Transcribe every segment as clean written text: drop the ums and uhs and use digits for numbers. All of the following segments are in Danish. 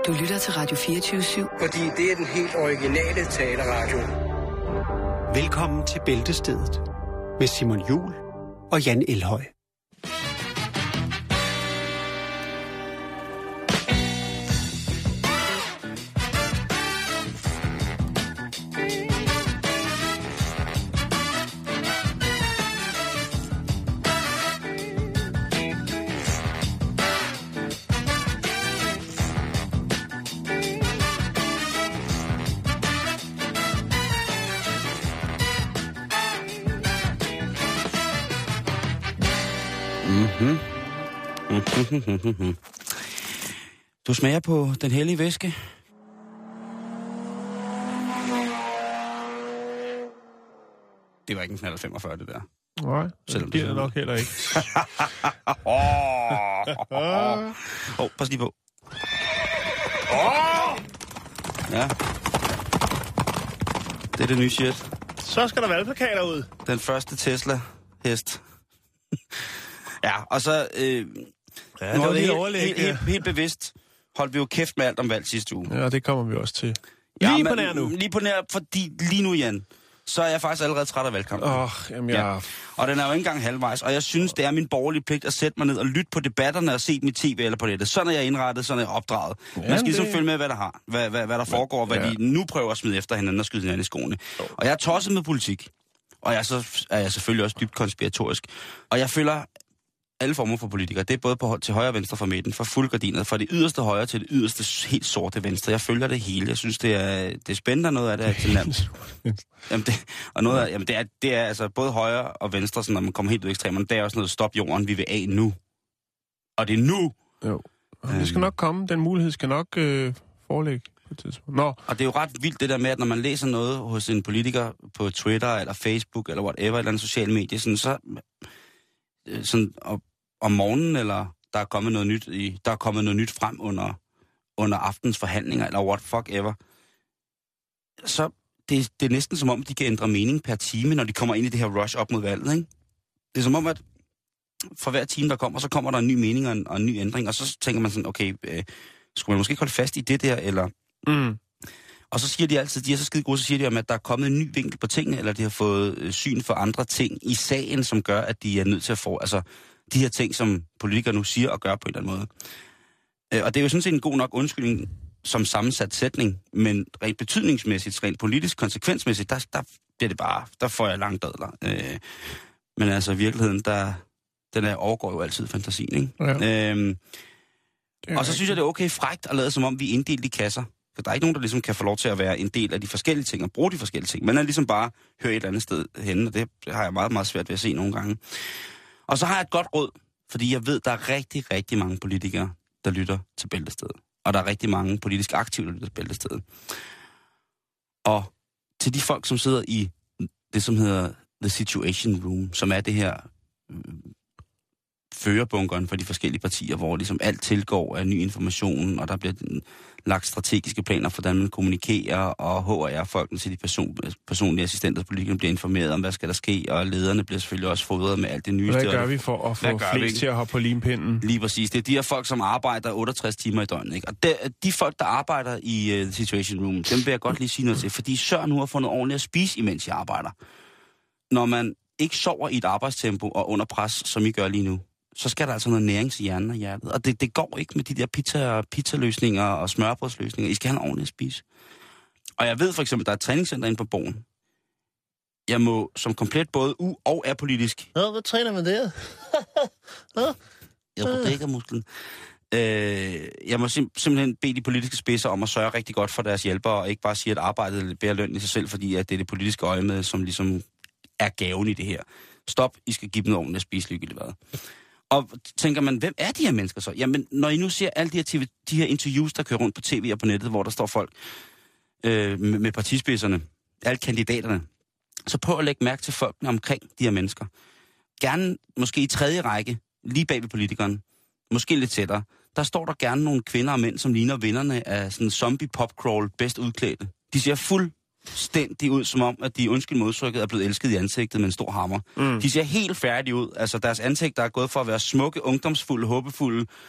Du lytter til Radio 24/7. Fordi det er den helt originale taleradio. Velkommen til Bæltestedet med Simon Juhl og Jan Elhøj. Du smager på den hellige væske. Det var ikke en knald 45, det der. Nej, det bliver det nok heller ikke. Pas lige på. Ja. Det er det nye shit. Så skal der valgplakater ud. Den første Tesla-hest. Ja, og så... Ja, nu er helt bevidst holdt vi jo kæft med alt om valg sidste uge. Ja, det kommer vi også til. Lige på nær nu. Lige på nær, fordi lige nu, Jan, så er jeg faktisk allerede træt af valgkampen. Ja. Og den er jo ikke engang halvvejs, og jeg synes, det er min borgerlige pligt at sætte mig ned og lytte på debatterne og se dem i tv eller på nettet. Sådan er jeg indrettet, sådan er jeg opdraget. Man skal ligesom følge med, hvad der har, hvad der foregår, hvad de nu prøver at smide efter hinanden og skyde hinanden i skoene. Og jeg er tosset med politik, og jeg er jeg selvfølgelig også dybt konspiratorisk. Og jeg føler alle former for politikere. Det er både til højre og venstre for midten, fra fuldgardinet, fra det yderste højre til det yderste helt sorte venstre. Jeg følger det hele. Jeg synes, det er spændende, noget af det er til nemt. Det er altså både højre og venstre, så når man kommer helt ud i ekstremerne, det er også noget stop jorden, vi vil af nu. Og det er nu! Jo. Det skal nok komme. Den mulighed skal nok foreligge på et tidspunkt. Nå. Og det er jo ret vildt det der med, at når man læser noget hos en politiker på Twitter eller Facebook eller whatever, eller en social medie, sådan om morgenen, eller der er kommet noget nyt frem under aftens forhandlinger, eller what fuck ever, så det er næsten som om, de kan ændre mening per time, når de kommer ind i det her rush op mod valget, ikke? Det er som om, at for hver time, der kommer, så kommer der en ny mening og en ny ændring, og så tænker man sådan, okay, skulle man måske ikke holde fast i det der, eller... Og så siger de altid, de er så skide gode, så siger de om, at der er kommet en ny vinkel på tingene, eller de har fået syn for andre ting i sagen, som gør, at de er nødt til at få, altså de her ting, som politikere nu siger og gør på en eller anden måde. Og det er jo sådan set en god nok undskyldning som sammensat sætning, men rent betydningsmæssigt, rent politisk, konsekvensmæssigt, der bliver det bare, der får jeg langt dadler. Men altså i virkeligheden, den overgår jo altid fantasien, ikke? Ja. Og så synes jeg, det er okay frækt at lade som om, vi er inddelt i kasser. For der er ikke nogen, der ligesom kan få lov til at være en del af de forskellige ting og bruge de forskellige ting. Man er ligesom bare hørt et eller andet sted henne, og det har jeg meget, meget svært ved at se nogle gange. Og så har jeg et godt råd, fordi jeg ved, der er rigtig, rigtig mange politikere, der lytter til Bæltestedet. Og der er rigtig mange politisk aktive, der lytter til Bæltestedet. Og til de folk, som sidder i det, som hedder The Situation Room, som er det her førerbunkeren for de forskellige partier, hvor ligesom alt tilgår af ny information, og der bliver lagt strategiske planer for, hvordan man kommunikerer, og HR-folkene til de personlige assistenter, politikerne bliver informeret om, hvad skal der ske, og lederne bliver selvfølgelig også fodret med alt det nye. Hvad gør vi for at få flest til at hoppe på limpinden? Lige præcis. Det er de her folk, som arbejder 68 timer i døgnet, ikke? Og de folk, der arbejder i The Situation Room, dem vil jeg godt lige sige noget til, fordi sørg nu at få noget ordentligt at spise, imens jeg arbejder. Når man ikke sover i et arbejdstempo og under pres, som I gør lige nu, så skal der altså noget næring til hjernen og hjertet. Og det går ikke med de der pizzaløsninger og smørbrødsløsninger. I skal have en ordentlig at spise. Og jeg ved for eksempel, der er et træningscenter inde på Borgen. Jeg må som komplet både og apolitisk... Hvad træner man der? Jeg bruger musklen. Jeg må simpelthen bede de politiske spidser om at sørge rigtig godt for deres hjælpere, og ikke bare sige, at arbejdet bærer løn i sig selv, fordi at det er det politiske øje med, som ligesom er gaven i det her. Stop, I skal give dem noget ordentligt at spise, ligegyldigt hvad. Og tænker man, hvem er de her mennesker så? Jamen, når I nu ser alle de her interviews, der kører rundt på tv og på nettet, hvor der står folk med partispidserne, alle kandidaterne, så prøv at lægge mærke til folkene omkring de her mennesker. Gerne måske i tredje række, lige bag ved politikeren, måske lidt tættere, der står der gerne nogle kvinder og mænd, som ligner vinderne af sådan en zombie-popcrawl bedst udklædte. De ser fuldstændig ud, som om, at de, undskyld modtrykket, er blevet elsket i ansigtet med en stor hammer. De ser helt færdige ud. Altså, deres ansigter er gået fra at være smukke, ungdomsfulde, håbefulde,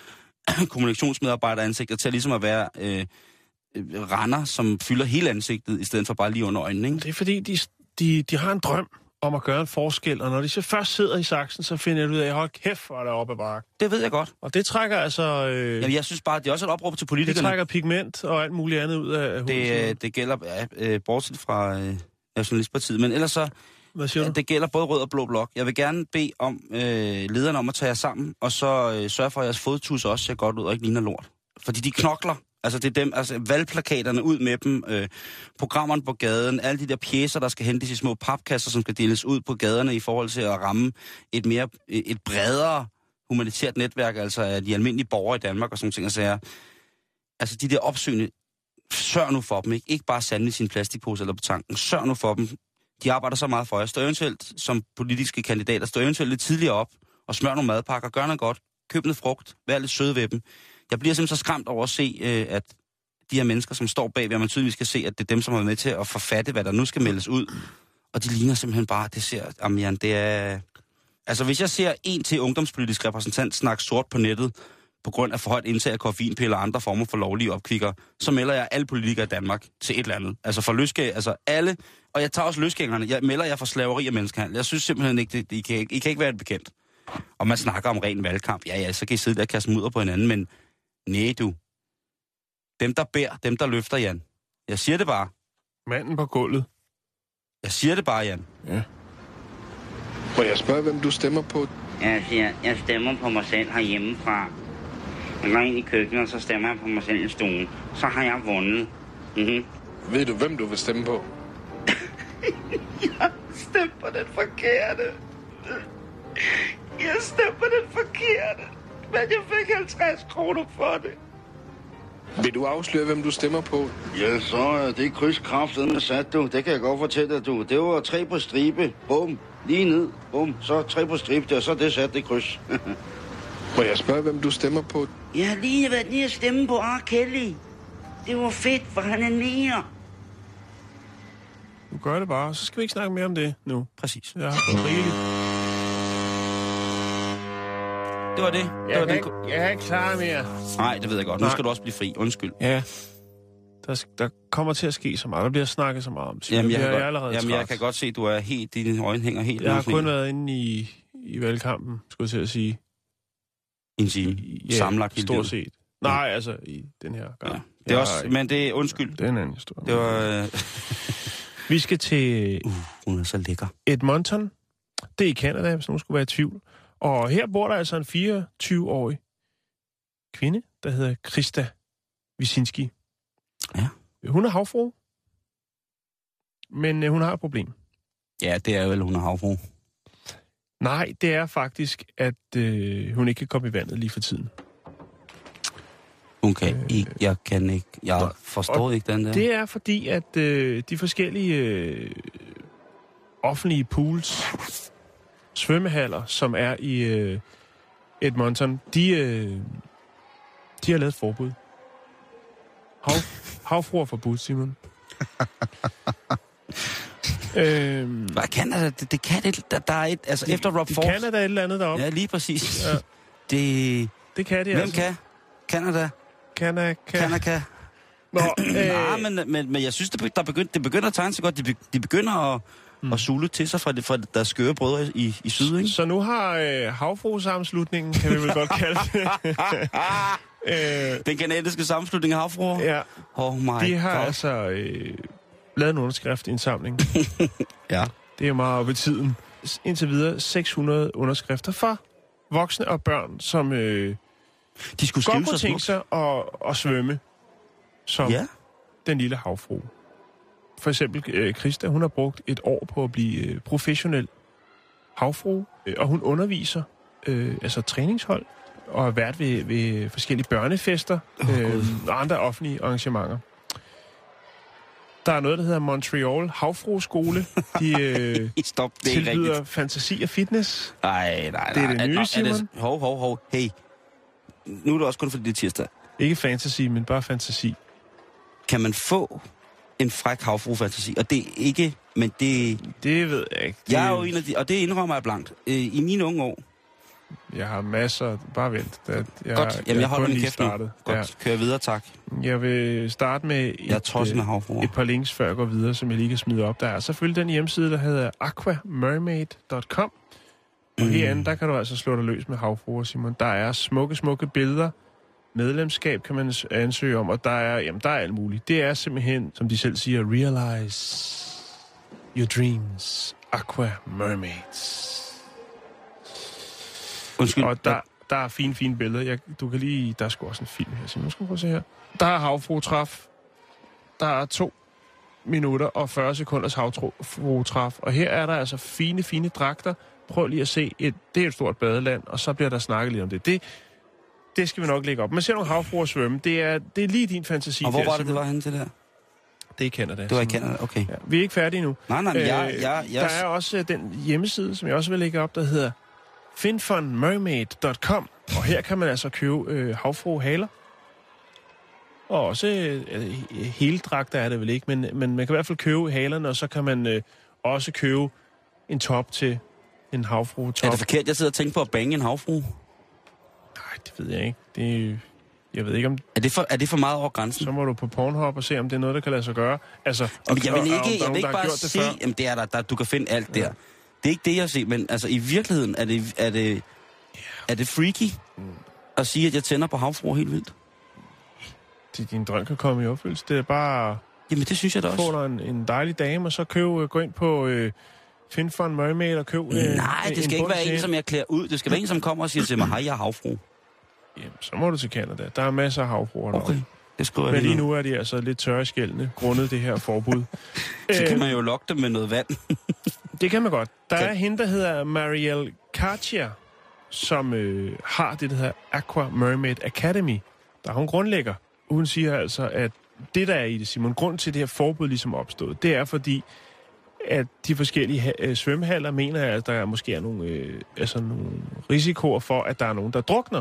kommunikationsmedarbejderansigter til ligesom at være render, som fylder hele ansigtet, i stedet for bare lige under øjnene, ikke? Det er fordi, de har en drøm om at gøre en forskel, og når de så først sidder i saksen, så finder jeg ud af, hold kæft, hvor er der oppe ad bakke. Det ved jeg godt. Og det trækker altså... Jamen, jeg synes bare, det er også et opråb til politikerne. Det trækker pigment og alt muligt andet ud af huset. Det gælder, bortset fra Nationalistpartiet, men ellers så... Hvad siger du? Det gælder både rød og blå blok. Jeg vil gerne bede om lederne om at tage jer sammen, og så sørge for, at jeres fodtus også ser godt ud og ikke ligner lort. Fordi de knokler. Altså, det er dem, altså valgplakaterne ud med dem, programmerne på gaden, alle de der pjecer, der skal hentes i små papkasser, som skal deles ud på gaderne i forhold til at ramme et bredere humanitært netværk, altså af de almindelige borgere i Danmark og sådan ting. Altså, de der opsøgende, sørg nu for dem, ikke? Ikke bare sande i sin plastikpose eller på tanken. Sørg nu for dem. De arbejder så meget for jer. Stå eventuelt som politiske kandidater, stå eventuelt lidt tidligere op og smør nogle madpakker, gør noget godt, køb noget frugt, vær lidt søde ved dem. Jeg bliver simpelthen så skræmt over at se, at de her mennesker, som står bagved, man tydeligvis skal se, at det er dem, som er med til at forfatte, hvad der nu skal meldes ud. Og de ligner simpelthen bare, det er... Altså, hvis jeg ser en til ungdomspolitisk repræsentant snakke sort på nettet, på grund af for højt indtag af koffeinpiller og andre former for lovlige opkvikker, så melder jeg alle politikere i Danmark til et eller andet. Altså for alle, og jeg tager også løsgængerne, jeg melder jer for slaveri og menneskehandel. Jeg synes simpelthen ikke, I kan ikke være et bekendt. Og man snakker om ren valgkamp. Ja, så kan I sidde der og kaste mudder på hinanden, men nej du. Dem der bærer, dem der løfter, Jan. Jeg siger det bare. Manden på gulvet. Jeg siger det bare, Jan. Ja. Må jeg spørge, hvem du stemmer på? Jeg stemmer på mig selv herhjemmefra. Jeg går ind i køkkenet, og så stemmer jeg på mig selv i stuen. Så har jeg vundet. Mm-hmm. Ved du, hvem du vil stemme på? Jeg stemmer på den forkerte. Jeg stemmer på den forkerte. Men jeg fik 50 kroner for det. Vil du afsløre, hvem du stemmer på? Ja, så det krydskraftedeme sat, du. Det kan jeg godt fortælle dig, du. Det var 3 på stribe. Bum. Lige ned. Bum. Så 3 på stribe, og så det sat det kryds. Må jeg spørge, hvem du stemmer på? Jeg har lige været nede at stemme på R. Kelly. Det var fedt, for han er nære. Du gør det bare, så skal vi ikke snakke mere om det nu. Præcis. Ja, rigeligt. Det var det. Jeg er ikke klar mere. Nej, det ved jeg godt. Nu skal du også blive fri. Undskyld. Ja. Der kommer til at ske så meget. Der bliver snakket så meget om det. Jamen, jeg kan godt se, at du er helt... Dine øjne hænger helt... Jeg har kun været inde i valgkampen, skulle jeg til at sige. En time. Ja, sammenlagt stort livet. Set. Nej, altså i den her gang. Ja. Det er også... Men det er undskyld. Det er en anden historie. Det var... Vi skal til... hun er så lækker. Edmonton. Det er i Canada, hvis nogen skulle være i tvivl. Og her bor der altså en 24-årig kvinde, der hedder Krista Wisinski. Ja. Hun er havfrue, men hun har et problem. Ja, det er vel, hun er havfrue. Nej, det er faktisk, at hun ikke kan komme i vandet lige for tiden. Hun kan ikke, jeg forstår ikke den der. Det er fordi, at de forskellige offentlige pools, svømmehaller, som er i Edmonton, de har lavet et forbud. Havfruer forbudt, Simon. Hvad Canada? Det kan det. Der er et, altså efter Rob Ford. Canada er et eller andet deroppe. Ja, lige præcis. Ja. Det kan det. Hvem altså. kan? Canada. Canada. Nå, men jeg synes, det begynder at tegne sig godt. De begynder at sule til sig fra deres skøre brødre i syd, ikke? Så nu har havfruesammenslutningen, kan vi vel godt kalde det. Den kanadiske sammenslutning af havfruer? Ja. Oh my de har God. altså lavet en underskriftindsamling. Ja. Det er jo meget op i tiden. Indtil videre 600 underskrifter fra voksne og børn, som de skulle godt kunne tænke sig at svømme som den lille havfrue. For eksempel Krista, hun har brugt et år på at blive professionel havfrue, og hun underviser altså træningshold og er vært ved forskellige børnefester og andre offentlige arrangementer. Der er noget, der hedder Montreal Havfrueskole. De tilbyder fantasi og fitness. Nej. Det er det nye, Simon. Hov. Hey, nu er det også kun fordi det er tirsdag. Ikke fantasy, men bare fantasi. Kan man få en fræk havfruefantasi? Og det er ikke, men det... Det ved jeg ikke. Jeg er jo en af de... Og det indrømmer jeg blankt. I mine unge år, Jeg har masser. Bare vent. Godt. Jamen, jeg holder min kæft nu. Godt. Ja. Kør videre, tak. Jeg vil starte med et par links, før jeg går videre, som jeg lige kan smide op. Der er selvfølgelig den hjemmeside, der hedder aquamermaid.com. Og herinde, der kan du altså slå dig løs med havfruer, Simon. Der er smukke billeder. Medlemskab kan man ansøge om, og der er alt muligt. Det er simpelthen, som de selv siger, realize your dreams. Aqua Mermaids. Undskyld. Og der er fine billeder. Du kan lige... Der er sgu også en film her, Simon. Skal du prøve at se her. Der er havfruetræf. Der er 2 minutter og 40 sekunders havfruetræf. Og her er der altså fine dragter. Prøv lige at se. Det er et stort badeland, og så bliver der snakket lidt om det. Det skal vi nok lægge op. Man ser nogle havfruer svømme. Det er lige din fantasi. Og hvor var det var henne til der? Det er Canada. Det var i Canada, okay. Ja, vi er ikke færdige nu. Nej, men der er også den hjemmeside, som jeg også vil lægge op, der hedder finfunmermaid.com. Og her kan man altså købe havfruehaler. Og også heldragter er det vel ikke, men man kan i hvert fald købe halerne, og så kan man også købe en top til en havfruetop. Er det forkert, jeg sidder og tænker på at bange en havfrue? Nej, det ved jeg ikke. Jeg ved ikke om... Er det for meget over grænsen? Så må du på Pornhub og se, om det er noget, der kan lade sig gøre. Altså, jeg vil ikke bare sige... Jamen, det er der. Du kan finde alt der. Det er ikke det, jeg ser, men altså, i virkeligheden er det freaky at sige, at jeg tænder på havfruer helt vildt? Din drøm kan komme i opfyldelse. Det er bare... Jamen, det synes jeg da også. Få dig en dejlig dame, og så gå ind på... Find for en mermaid og køb... Nej, det skal ikke være en, som jeg klæder ud. Det skal være en, som kommer og siger til mig, hej, jeg er havfru. Jamen, så må du til Canada. Der er masser af havfruer derovre. Okay, det skriver jeg. Men lige nu er de altså lidt tørre skældende, grundet det her forbud. Så kan man jo lokke dem med noget vand. Det kan man godt. Der er hende, der hedder Marielle Cartier, som har det, der hedder Aqua Mermaid Academy. Der er hun grundlægger. Hun siger altså, at det, der er i det, Simon, grund til det her forbud ligesom opstået, det er fordi, at de forskellige svømmehaller mener, at der måske er nogle risikoer for, at der er nogen, der drukner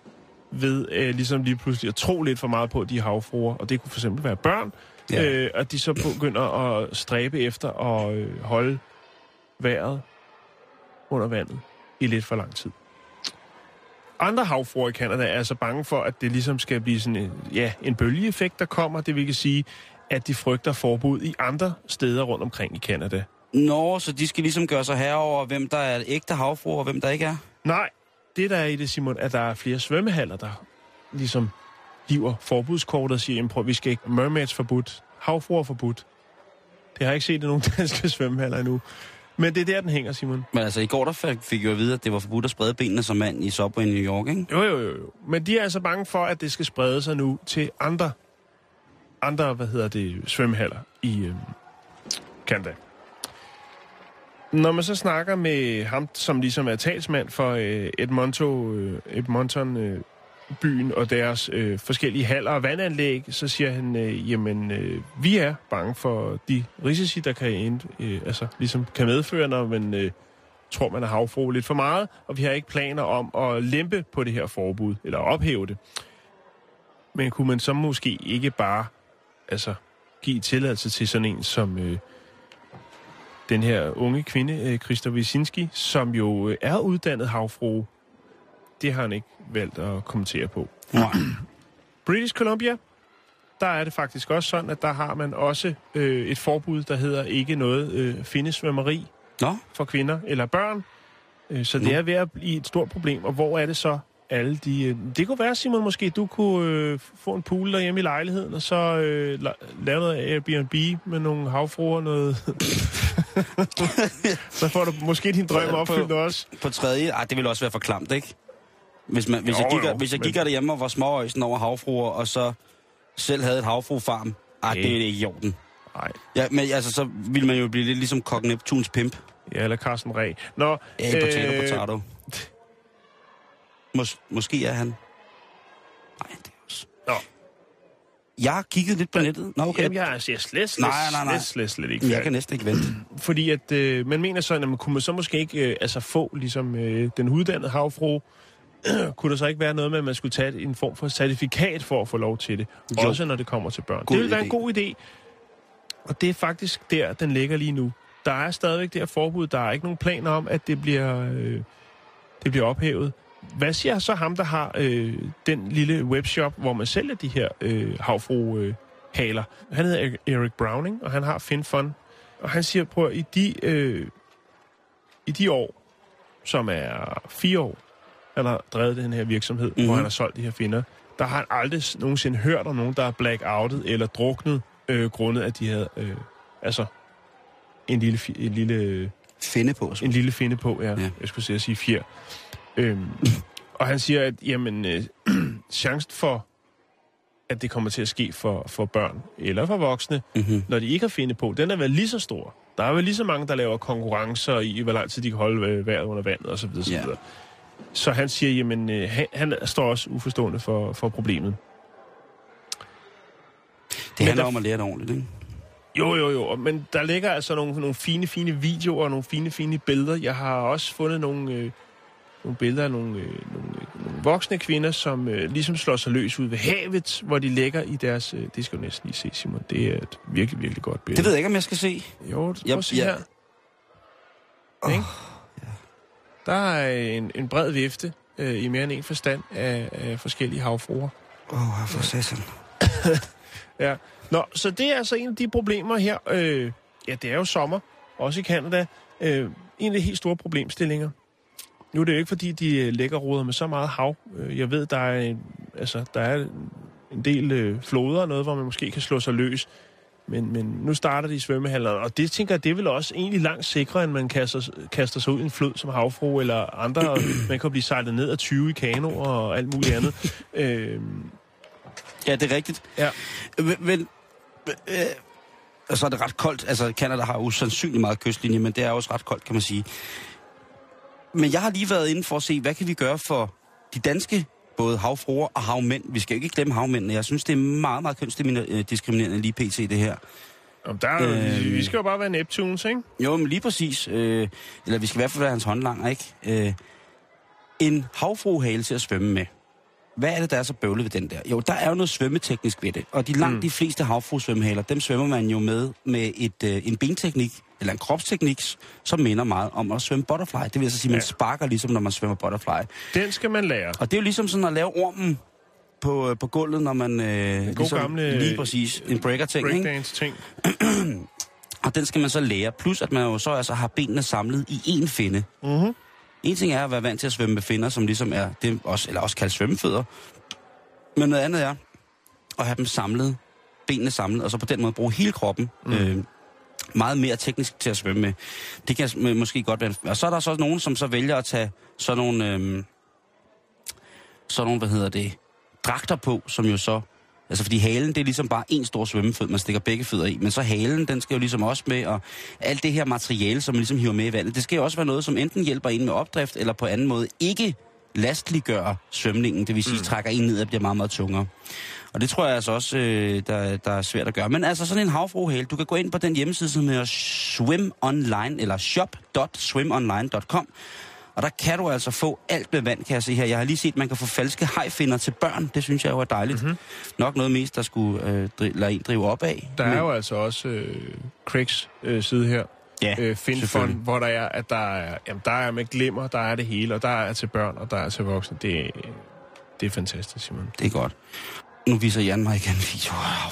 ved ligesom lige pludselig at tro lidt for meget på de havfruer. Og det kunne for eksempel være børn, at de så begynder at stræbe efter at holde vejret under vandet i lidt for lang tid. Andre havfruer i Canada er altså bange for, at det ligesom skal blive sådan en bølgeeffekt, der kommer. Det vil sige, at de frygter forbud i andre steder rundt omkring i Canada. Nå, så de skal ligesom gøre sig herover, hvem der er ægte havfruer og hvem der ikke er? Nej, det der er i det, Simon, at der er flere svømmehaller, der ligesom hiver forbudskortet og siger, vi skal ikke mermaids forbudt, havfruer forbudt. Det har jeg ikke set i nogen danske svømmehaller endnu. Men det er der, den hænger, Simon. Men altså, i går der fik jeg jo at vide, at det var forbudt at sprede benene som mand i Subway i New York, ikke? Jo. Men de er altså bange for, at det skal sprede sig nu til andre svømmehaller i Canada. Når man så snakker med ham, som ligesom er talsmand for Edmonton-byen og deres forskellige haller og vandanlæg, så siger han, vi er bange for de risici, der kan medføre, når man tror, man er havfru lidt for meget, og vi har ikke planer om at lempe på det her forbud, eller ophæve det. Men kunne man så måske ikke bare give tilladelse til sådan en som den her unge kvinde, Krista Wyszynski, som jo er uddannet havfrue. Det har han ikke valgt at kommentere på. Nej. British Columbia, der er det faktisk også sådan, at der har man også et forbud, der hedder ikke noget finnesvømmeri for kvinder eller børn. Så det er ved at blive et stort problem. Og hvor er det så alle de... det kunne være, Simon, måske du kunne få en pool derhjemme i lejligheden, og så lave noget Airbnb med nogle havfruer, noget... Så får du måske din drøm opfyldt også. På tredje... det vil også være for klamt, ikke? Hvis jeg gik derhjemme og var småøjsen over havfruer, og så selv havde et havfruefarm, det er ikke i orden. Nej. Ja, men altså, så ville man jo blive lidt ligesom Kok Neptuns pimp. Ja, eller Carsten Reh. Potato. Måske er han... Nej, det er også... Nå. Jeg har kigget lidt på nettet. Nå, okay. Jamen, jeg er slet ikke. Jeg kan næsten ikke vente. Fordi at man mener sådan, at man kunne så måske ikke få ligesom den uddannede havfrue. Kunne der så ikke være noget med, at man skulle tage en form for certifikat for at få lov til det? Jo. Også når det kommer til børn. Det vil være en god idé. Og det er faktisk der, den ligger lige nu. Der er stadigvæk det her forbud. Der er ikke nogen planer om, at det bliver det bliver ophævet. Hvad siger så ham, der har den lille webshop, hvor man sælger de her havfru-haler? Han hedder Eric Browning, og han har FinFun. Og han siger, prøv i de år, som er 4 år, han har drevet den her virksomhed, hvor han har solgt de her finner, der har han aldrig nogensinde hørt om nogen, der er blackoutet eller druknet, grundet at de havde en lille finde på. En lille finde på, ja. Jeg skulle sige fjer. Og han siger, at chancen for, at det kommer til at ske for børn eller for voksne, når de ikke har finde på, den er vel lige så stor. Der er vel lige så mange, der laver konkurrencer i, hvor lang tid de kan holde vejret under vandet osv. Så han siger, han står også uforstående for problemet. Det handler om at lære det ordentligt, ikke? Jo, men der ligger altså nogle fine videoer og nogle fine billeder. Jeg har også fundet nogle billeder af nogle voksne kvinder, som ligesom slår sig løs ud ved havet, hvor de ligger i deres... det skal du næsten lige se, Simon. Det er et virkelig, virkelig godt billede. Det ved jeg ikke, om jeg skal se. Jo, prøv at se her. Ja. Der er en bred vifte i mere end en forstand af forskellige havfruer. For satan. Ja. Nå, så det er altså en af de problemer her. Det er jo sommer, også i Canada. En af de helt store problemstillinger. Nu er det jo ikke, fordi de lægger roder med så meget hav. Jeg ved, der er en del floder og noget, hvor man måske kan slå sig løs. Men nu starter de i svømmehallerne, og det tænker jeg, det er vel også egentlig langt sikrere, end man kaster sig ud i en flod som havfru eller andre. Man kan blive sejlet ned af 20 i kanoer og alt muligt andet. Ja, det er rigtigt. Ja. Men så er det ret koldt. Altså, Canada har jo sandsynligt meget kystlinje, men det er også ret koldt, kan man sige. Men jeg har lige været inde for at se, hvad kan vi gøre for de danske, både havfruer og havmænd. Vi skal jo ikke glemme havmændene. Jeg synes, det er meget, meget kønsdiskriminerende lige pt. Det her. Vi skal jo bare være Neptunes, ikke? Jo, men lige præcis. Eller vi skal i hvert fald være hans håndlanger, ikke? En havfruehale til at svømme med. Hvad er det, der er så bøvlet ved den der? Jo, der er jo noget svømmeteknisk ved det. Og de fleste havfruesvømmehaler, dem svømmer man jo med en benteknik, eller en kropsteknik, som minder meget om at svømme butterfly. Det vil altså sige, at man sparker ligesom, når man svømmer butterfly. Den skal man lære. Og det er jo ligesom sådan at lave ormen på gulvet, når man... ligesom, gamle... Lige præcis. En breaker-ting, ikke? Breakdance-ting. Og den skal man så lære. Plus, at man jo så altså har benene samlet i én finde. Mhm. En ting er at være vant til at svømme med finner, som ligesom er det også kaldt svømmefødder. Men noget andet er at have dem samlet, benene samlet, og så på den måde bruge hele kroppen meget mere teknisk til at svømme med. Det kan måske godt være. Og så er der så nogen, som så vælger at tage sådan nogle, dragter på, som jo så... Altså, fordi halen, det er ligesom bare en stor svømmefød, man stikker begge fødder i. Men så halen, den skal jo ligesom også med, og alt det her materiale, som man ligesom hiver med i vandet, det skal jo også være noget, som enten hjælper en med opdrift, eller på anden måde ikke lastliggør svømningen. Det vil sige, trækker en ned og bliver meget, meget tungere. Og det tror jeg altså også, der er svært at gøre. Men altså sådan en havfruehale, du kan gå ind på den hjemmeside, som hedder Swim Online, eller shop.swimonline.com. Og der kan du altså få alt med vand, kan jeg se her. Jeg har lige set, at man kan få falske hajfinner til børn. Det synes jeg jo er dejligt. Mm-hmm. Nok noget mest, der skulle lade en drive op af. Der er jo altså også Craigs side her. Ja, FinFun, hvor der er, at der er med glimmer, der er det hele, og der er til børn, og der er til voksne. Det er fantastisk, Simon. Det er godt. Nu viser Jan mig igen video.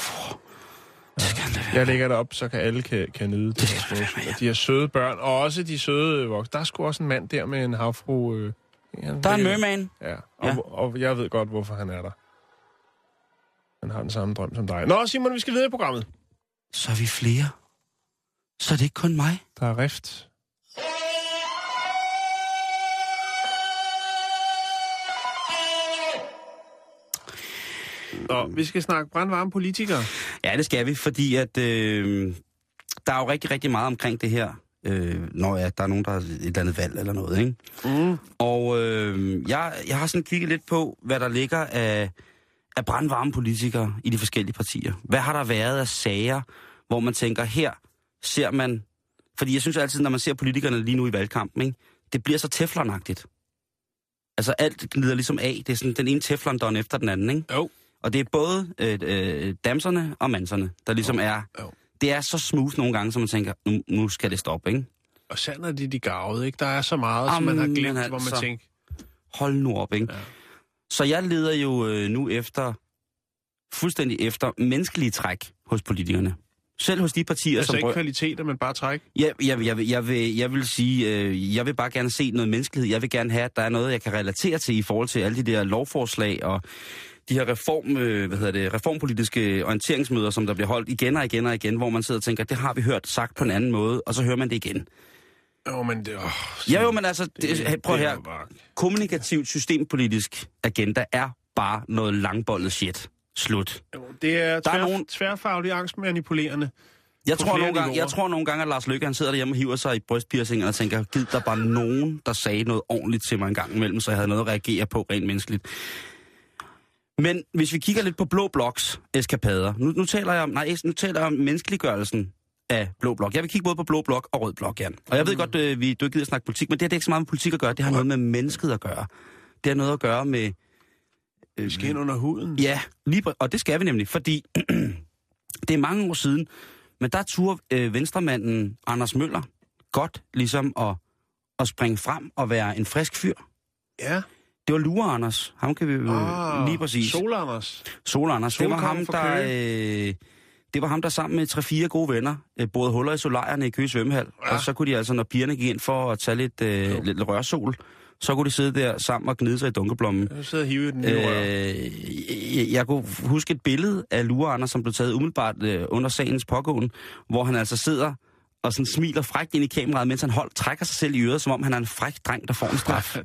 Jeg lægger det op, så kan alle kan nyde det. De her søde børn, og også de søde voksne. Der er sgu også en mand der med en havfru. Der er en merman. Ja, og jeg ved godt, hvorfor han er der. Han har den samme drøm som dig. Nå, Simon, vi skal videre i programmet. Så er vi flere. Så er det ikke kun mig. Der er rift. Nå, vi skal snakke brandvarme politikere. Ja, det skal vi, fordi at der er jo rigtig, rigtig meget omkring det her, når der er nogen, der har et eller andet valg eller noget, ikke? Mm. Og jeg har sådan kigget lidt på, hvad der ligger af brandvarme politikere i de forskellige partier. Hvad har der været af sager, hvor man tænker, her ser man... Fordi jeg synes altid, når man ser politikerne lige nu i valgkampen, ikke? Det bliver så teflonagtigt. Altså alt glider ligesom af. Det er sådan den ene teflondon efter den anden, ikke? Jo. Og det er både damserne og manserne, der ligesom er... Det er så smooth nogle gange, som man tænker, nu skal det stoppe, ikke? Og sådan er de garvede, ikke? Der er så meget, som man har glemt, hvor man tænker... Hold nu op, ikke? Ja. Så jeg leder jo nu fuldstændig efter menneskelige træk hos politikerne. Selv hos de partier, altså som... Altså ikke kvaliteter, men bare træk? Jeg vil sige, jeg vil bare gerne se noget menneskelighed. Jeg vil gerne have, at der er noget, jeg kan relatere til i forhold til alle de der lovforslag og de her reformpolitiske orienteringsmøder, som der bliver holdt igen og igen og igen, hvor man sidder og tænker, det har vi hørt sagt på en anden måde, og så hører man det igen. Men det... men altså, prøv her. Kommunikativt systempolitisk agenda er bare noget langbollet shit. Slut. Det er tværfaglig angstmanipulerende. Jeg tror nogle gange, at Lars Løkke, han sidder derhjemme og hiver sig i brystpiercingen og tænker, gid der bare nogen, der sagde noget ordentligt til mig en gang imellem, så jeg havde noget at reagere på rent menneskeligt. Men hvis vi kigger lidt på Blå Bloks eskapader, nu taler jeg om menneskeliggørelsen af Blå Blok. Jeg vil kigge både på Blå Blok og Rød Blok, Jan. Og jeg ved godt, du ikke gider at snakke politik, men det er ikke så meget med politik at gøre. Det har noget med mennesket at gøre. Det har noget at gøre med... Vi skal ind under huden. Ja, og det skal vi nemlig, fordi det er mange år siden, men der turde venstremanden Anders Møller godt ligesom at springe frem og være en frisk fyr. Ja. Det var Lure Anders. Ham kan vi lige præcis. Sol Anders. Det var ham, der sammen med 3-4 gode venner borede huller i solarierne i Køge Svømmehal. Ja. Og så kunne de altså, når pigerne gik ind for at tage lidt rørsol, så kunne de sidde der sammen og gnide sig i dunkeblommen. Jeg sidder og hive i den nye rør. Jeg kunne huske et billede af Lure Anders, som blev taget umiddelbart under sagens pågåen, hvor han altså sidder og sådan smiler frækt ind i kameraet, mens han trækker sig selv i øret, som om han er en fræk dreng, der får en straf.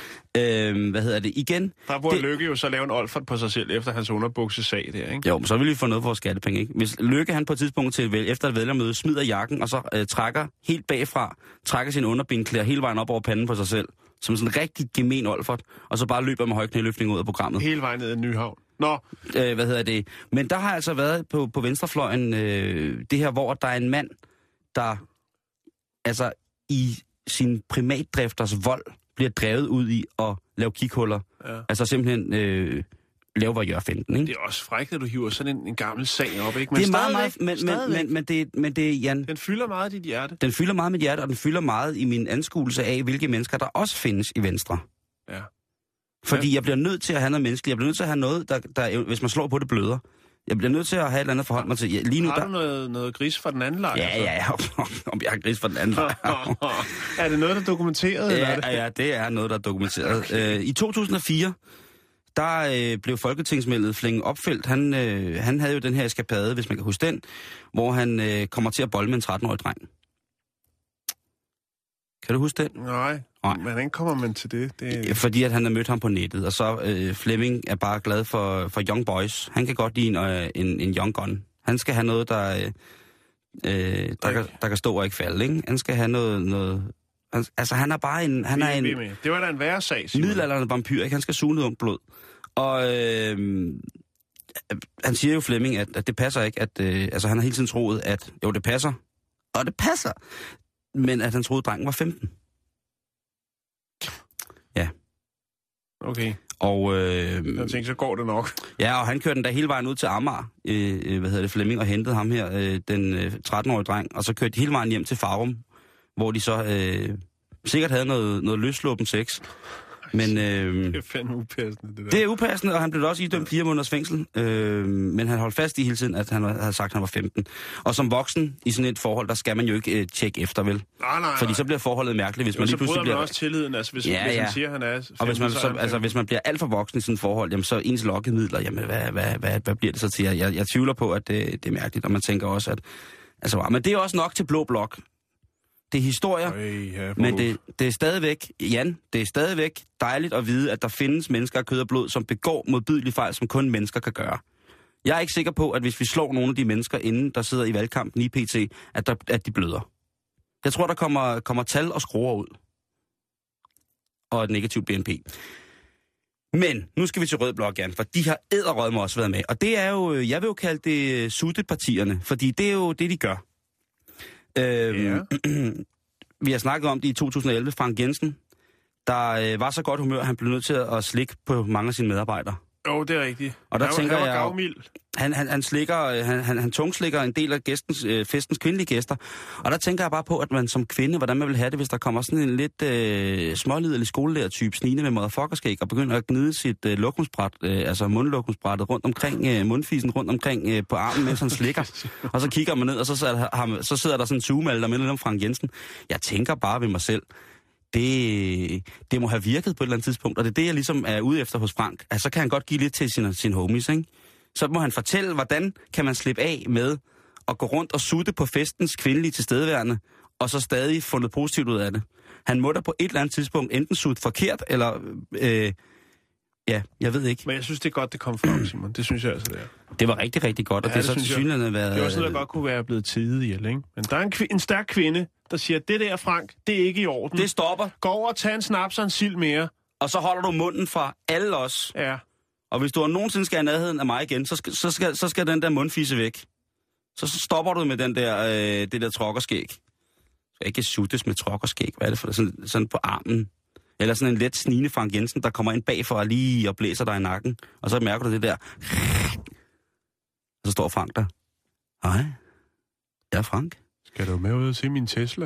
Igen? Der burde Løkke jo så lave en olfert på sig selv efter hans underbuksesag der, ikke? Jo, men så vil vi få noget for vores skattepenge, ikke? Hvis Løkke, han på et tidspunkt efter et vælgermøde, smider jakken, og så trækker helt bagfra, trækker sin underbenklæder hele vejen op over panden på sig selv, som sådan en rigtig gemen olfert, og så bare løber med høj knæløftning ud af programmet. Hele vejen ned i Nyhavn. Nå. Men der har altså været på venstrefløjen det her, hvor der er en mand, der altså i sin primatdrifters vold bliver drevet ud i at lave kighuller. Ja. Altså simpelthen lave voyeurfinten, ikke? Det er også frækt, at du hiver sådan en gammel sag op, ikke? Men det er meget, men Jan... Den fylder meget i dit hjerte. Den fylder meget i mit hjerte, og den fylder meget i min anskuelse af, hvilke mennesker der også findes i Venstre. Ja. Fordi jeg bliver nødt til at have noget menneskeligt. Jeg bliver nødt til at have noget, der hvis man slår på det, bløder. Jeg bliver nødt til at have et eller andet forhold mig til. Lige nu, har du noget gris fra den anden lejr? Ja, om jeg har gris fra den anden lejr. Er det noget, der er dokumenteret? Ja, det er noget, der er dokumenteret. Okay. I 2004, der blev folketingsmedlemmet Flemming Opfeldt. Han havde jo den her eskapade, hvis man kan huske den, hvor han kommer til at bolle med en 13-årig dreng. Kan du huske den? Nej. Men hvordan kommer man til det? Fordi at han har mødt ham på nettet, og så Flemming er bare glad for young boys. Han kan godt lide en young gun. Han skal have noget, der kan stå og ikke falde, ikke? Han skal have noget altså han er bare en... Det var da en værre sag, Simon. Middelaldrende vampyr, ikke? Han skal suge noget ungt blod. Og han siger jo Flemming, at det passer ikke, at... altså han har hele tiden troet, at... Jo, det passer. Og det passer. Men at han troede, at drengen var 15. Ja. Okay. Og... jeg tænkte, så går det nok. Ja, og han kørte den der hele vejen ud til Amager, Flemming, og hentede ham her, den 13-årige dreng. Og så kørte de hele vejen hjem til Farum, hvor de så sikkert havde noget løsluppen sex. Men, det er fandme upassende, det der. Det er upassende, og han blev også idømt 4 måneders fængsel. Men han holdt fast i hele tiden, at han havde sagt, at han var 15. Og som voksen i sådan et forhold, der skal man jo ikke tjekke efter, vel? Nej. Fordi så bliver forholdet mærkeligt, hvis man lige pludselig bliver... Så også tilliden, altså hvis han siger, han er 15, og hvis man bliver alt for voksen i sådan et forhold, jamen så ens lokkemidler, jamen hvad bliver det så til? Jeg tvivler på, at det er mærkeligt, og man tænker også, at... Altså, men det er også nok til Blå Blok. Det er historier, men det er stadigvæk, Jan, det er stadigvæk dejligt at vide, at der findes mennesker af kød og blod, som begår modbydelige fejl, som kun mennesker kan gøre. Jeg er ikke sikker på, at hvis vi slår nogle af de mennesker inden, der sidder i valgkampen i PT, at de bløder. Jeg tror, der kommer tal og skruer ud. Og et negativt BNP. Men nu skal vi til Rød Blok, Jan, for de har edderrødme også været med. Og det er jo, jeg vil jo kalde det suttepartierne, fordi det er jo det, de gør. Vi har snakket om det i 2011. Frank Jensen, der var så godt humør, han blev nødt til at slikke på mange af sine medarbejdere. Jo, det er rigtigt. Og der tænker han var jeg, gavmild. Han tungslikker en del af festens kvindelige gæster. Og der tænker jeg bare på, at man som kvinde, hvordan man vil have det, hvis der kommer sådan en lidt småliderlig skolelærer-type snigende med motherfuckerskæg og begynder at gnide sit lokumsbræt, altså mundlokumsbrættet rundt omkring, mundfisen rundt omkring på armen, mens han slikker. Og så kigger man ned, og så sidder der sådan en zoomalder med lidt om Frank Jensen. Jeg tænker bare ved mig selv, det må have virket på et eller andet tidspunkt, og det er det, jeg ligesom er ude efter hos Frank. Altså, så kan han godt give lidt til sine homies, ikke? Så må han fortælle, hvordan kan man slippe af med at gå rundt og sutte på festens kvindelige tilstedeværende, og så stadig få noget positivt ud af det. Han må da på et eller andet tidspunkt enten sutte forkert, eller... ja, jeg ved ikke. Men jeg synes, det er godt, det kom frem, Simon. Det synes jeg altså, det er. Det var rigtig, rigtig godt, og ja, det er så tilsyneladende været... Det er også noget, der godt kunne være blevet tidet ihjel, ikke? Men der er en stærk kvinde, der siger, det der, Frank, det er ikke i orden. Det stopper. Gå over og tag en snaps og en sild mere. Og så holder du munden fra alle os. Ja. Og hvis du nogensinde skal i nærheden af mig igen, så skal den der mundfise væk. Så stopper du med den der, det der trokkerskæg. Så ikke suttes med trokkerskæg. Hvad er det for det? Sådan på armen. Eller sådan en let snigende Frank Jensen, der kommer ind bagfor og lige og blæser dig i nakken. Og så mærker du det der. Og så står Frank der. Hej. Jeg er Frank. Skal du med ud og se min Tesla?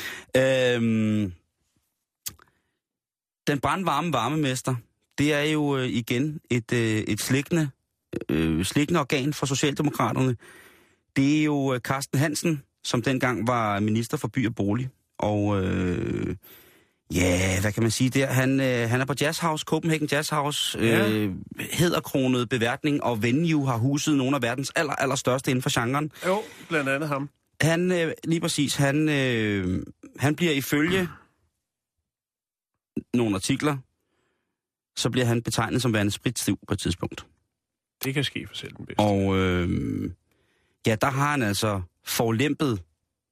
Den brandvarme varmemester, det er jo igen et slikkende organ for Socialdemokraterne. Det er jo Carsten Hansen, som dengang var minister for by og bolig. Og hvad kan man sige der? Han er på Jazz House, Copenhagen Jazz House, hæderkronet beværtning, og Venue har huset nogle af verdens allerstørste inden for genren. Jo, blandt andet ham. Han, lige præcis, han bliver ifølge nogle artikler, så bliver han betegnet som værende spritstiv på et tidspunkt. Det kan ske for selv den bedste. Og der har han altså forlempet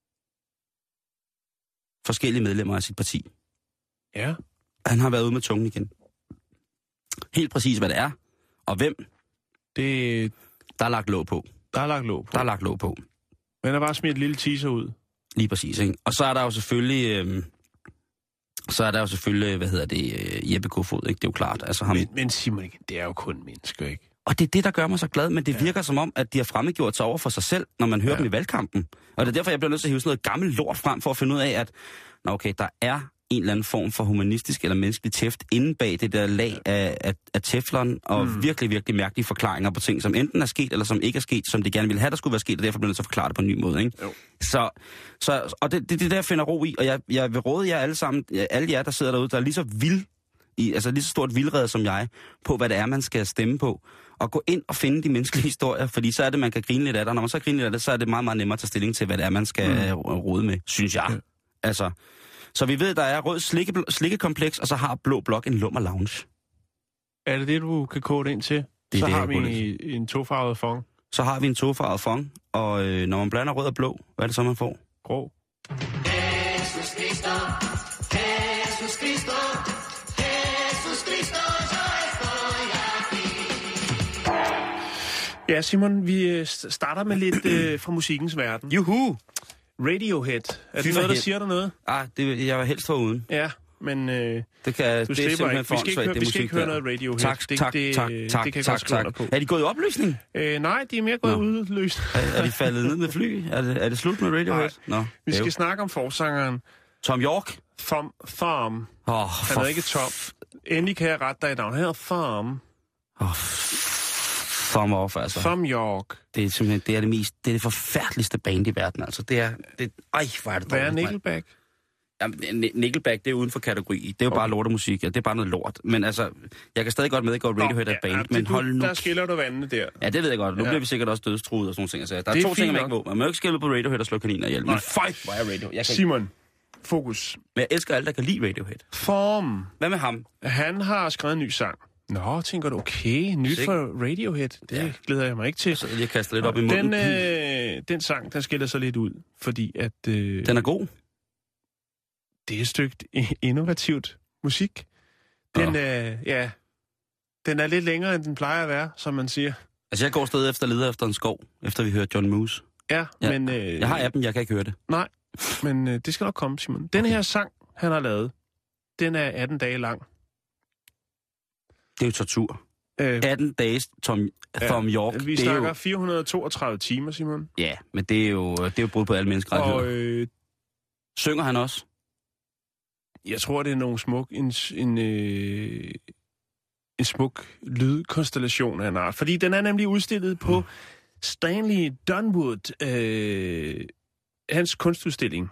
forskellige medlemmer af sit parti. Ja. Han har været ude med tungen igen. Helt præcis, hvad det er, og hvem, der er lagt låg på. Der er lagt låg på. Men der bare smidt et lille teaser ud. Lige præcis, ikke? Og så er der jo selvfølgelig... Jeppe Kofod, ikke? Det er jo klart. Altså ham... Men Simon, det er jo kun mennesker, ikke? Og det er det, der gør mig så glad, men det virker som om, at de har fremmedgjort sig over for sig selv, når man hører dem i valgkampen. Og det er derfor, jeg bliver nødt til at hive sådan noget gammelt lort frem, for at finde ud af, at der er en eller anden form for humanistisk eller menneskelig tæft inde bag det der lag af teflon, og virkelig, virkelig mærkelige forklaringer på ting, som enten er sket, eller som ikke er sket, som de gerne ville have, der skulle være sket, og derfor bliver nødt til at forklare det på en ny måde, ikke? Jo. Og det er det, jeg finder ro i, og jeg vil råde jer alle sammen, alle jer, der sidder derude, der er lige så lige så stort vildrede som jeg, på hvad det er, man skal stemme på, og gå ind og finde de menneskelige historier, fordi så er det, man kan grine lidt af det, og når man så griner lidt af det, så er det meget, meget nemmere at tage stilling til, hvad det er, man skal rode med, synes jeg. Ja. Altså, så vi ved, der er rød slikkekompleks, og så har blå blok en lummer lounge. Er det det, du kan kode ind til? Så har vi en tofarvet fong. Så har vi en tofarvet fong, og når man blander rød og blå, hvad er det så, man får? Grå. Jesus Cristo, Jesus Cristo, Jesus Cristo, Ja, Simon, vi starter med lidt fra musikkens verden. Juhu! Radiohead. Er det noget, der siger dig noget? Jeg var helst foruden. Ja, men det kan, du slipper ikke. Vi skal ikke høre noget Radiohead. Tak. Det kan godt skrive dig på. Er de gået i opløsning? Nej, de er mere gået udløst. Er de faldet ned med fly? Er det slut med Radiohead? Nej. Vi skal snakke om forsangeren. Tom York? Thom. Han er ikke Tom. Endelig kan jeg rette dig i navn. Han hedder Thom. Thom York, altså. Thom York. Det er simpelthen det er det forfærdeligste band i verden, altså. Hvor er det dårligt. Hvad er Nickelback? Jamen, Nickelback, det er uden for kategori. Det er jo bare lortemusik, det er bare noget lort. Men altså, jeg kan stadig godt med, at Radiohead er et band, men hold nu... Der skiller du vandene der. Ja, det ved jeg godt. Nu bliver vi sikkert også dødstruet og sådan nogle ting. Altså, der er to ting, man ikke må. Man må ikke skille på Radiohead og slå kaniner ihjel. Men hvor er Radiohead? Simon, fokus. Men jeg elsker alle, der kan lide Radiohead. Thom. Hvad med ham? Han har skrevet en ny sang. Nå, tænker du, okay, nyt for Radiohead. Det glæder jeg mig ikke til. Så jeg kaster lidt op i munden. Den sang, der skiller sig lidt ud, fordi at... den er god. Det er et stykke innovativt musik. Den er lidt længere, end den plejer at være, som man siger. Altså, jeg går stadig leder efter en skov, efter vi hører John Moose. Ja, men... jeg har appen, jeg kan ikke høre det. Nej, men det skal nok komme, Simon. Den her sang, han har lavet, den er 18 dage lang. Det er jo tortur. 18 dages Thom Yorke. Vi snakker 432 timer, Simon. Ja, men det er jo brud på alle menneskerettigheder. Og synger han også? Jeg tror, det er nogle en smuk lydkonstellation af en art. Fordi den er nemlig udstillet på Stanley Dunwood, hans kunstudstilling.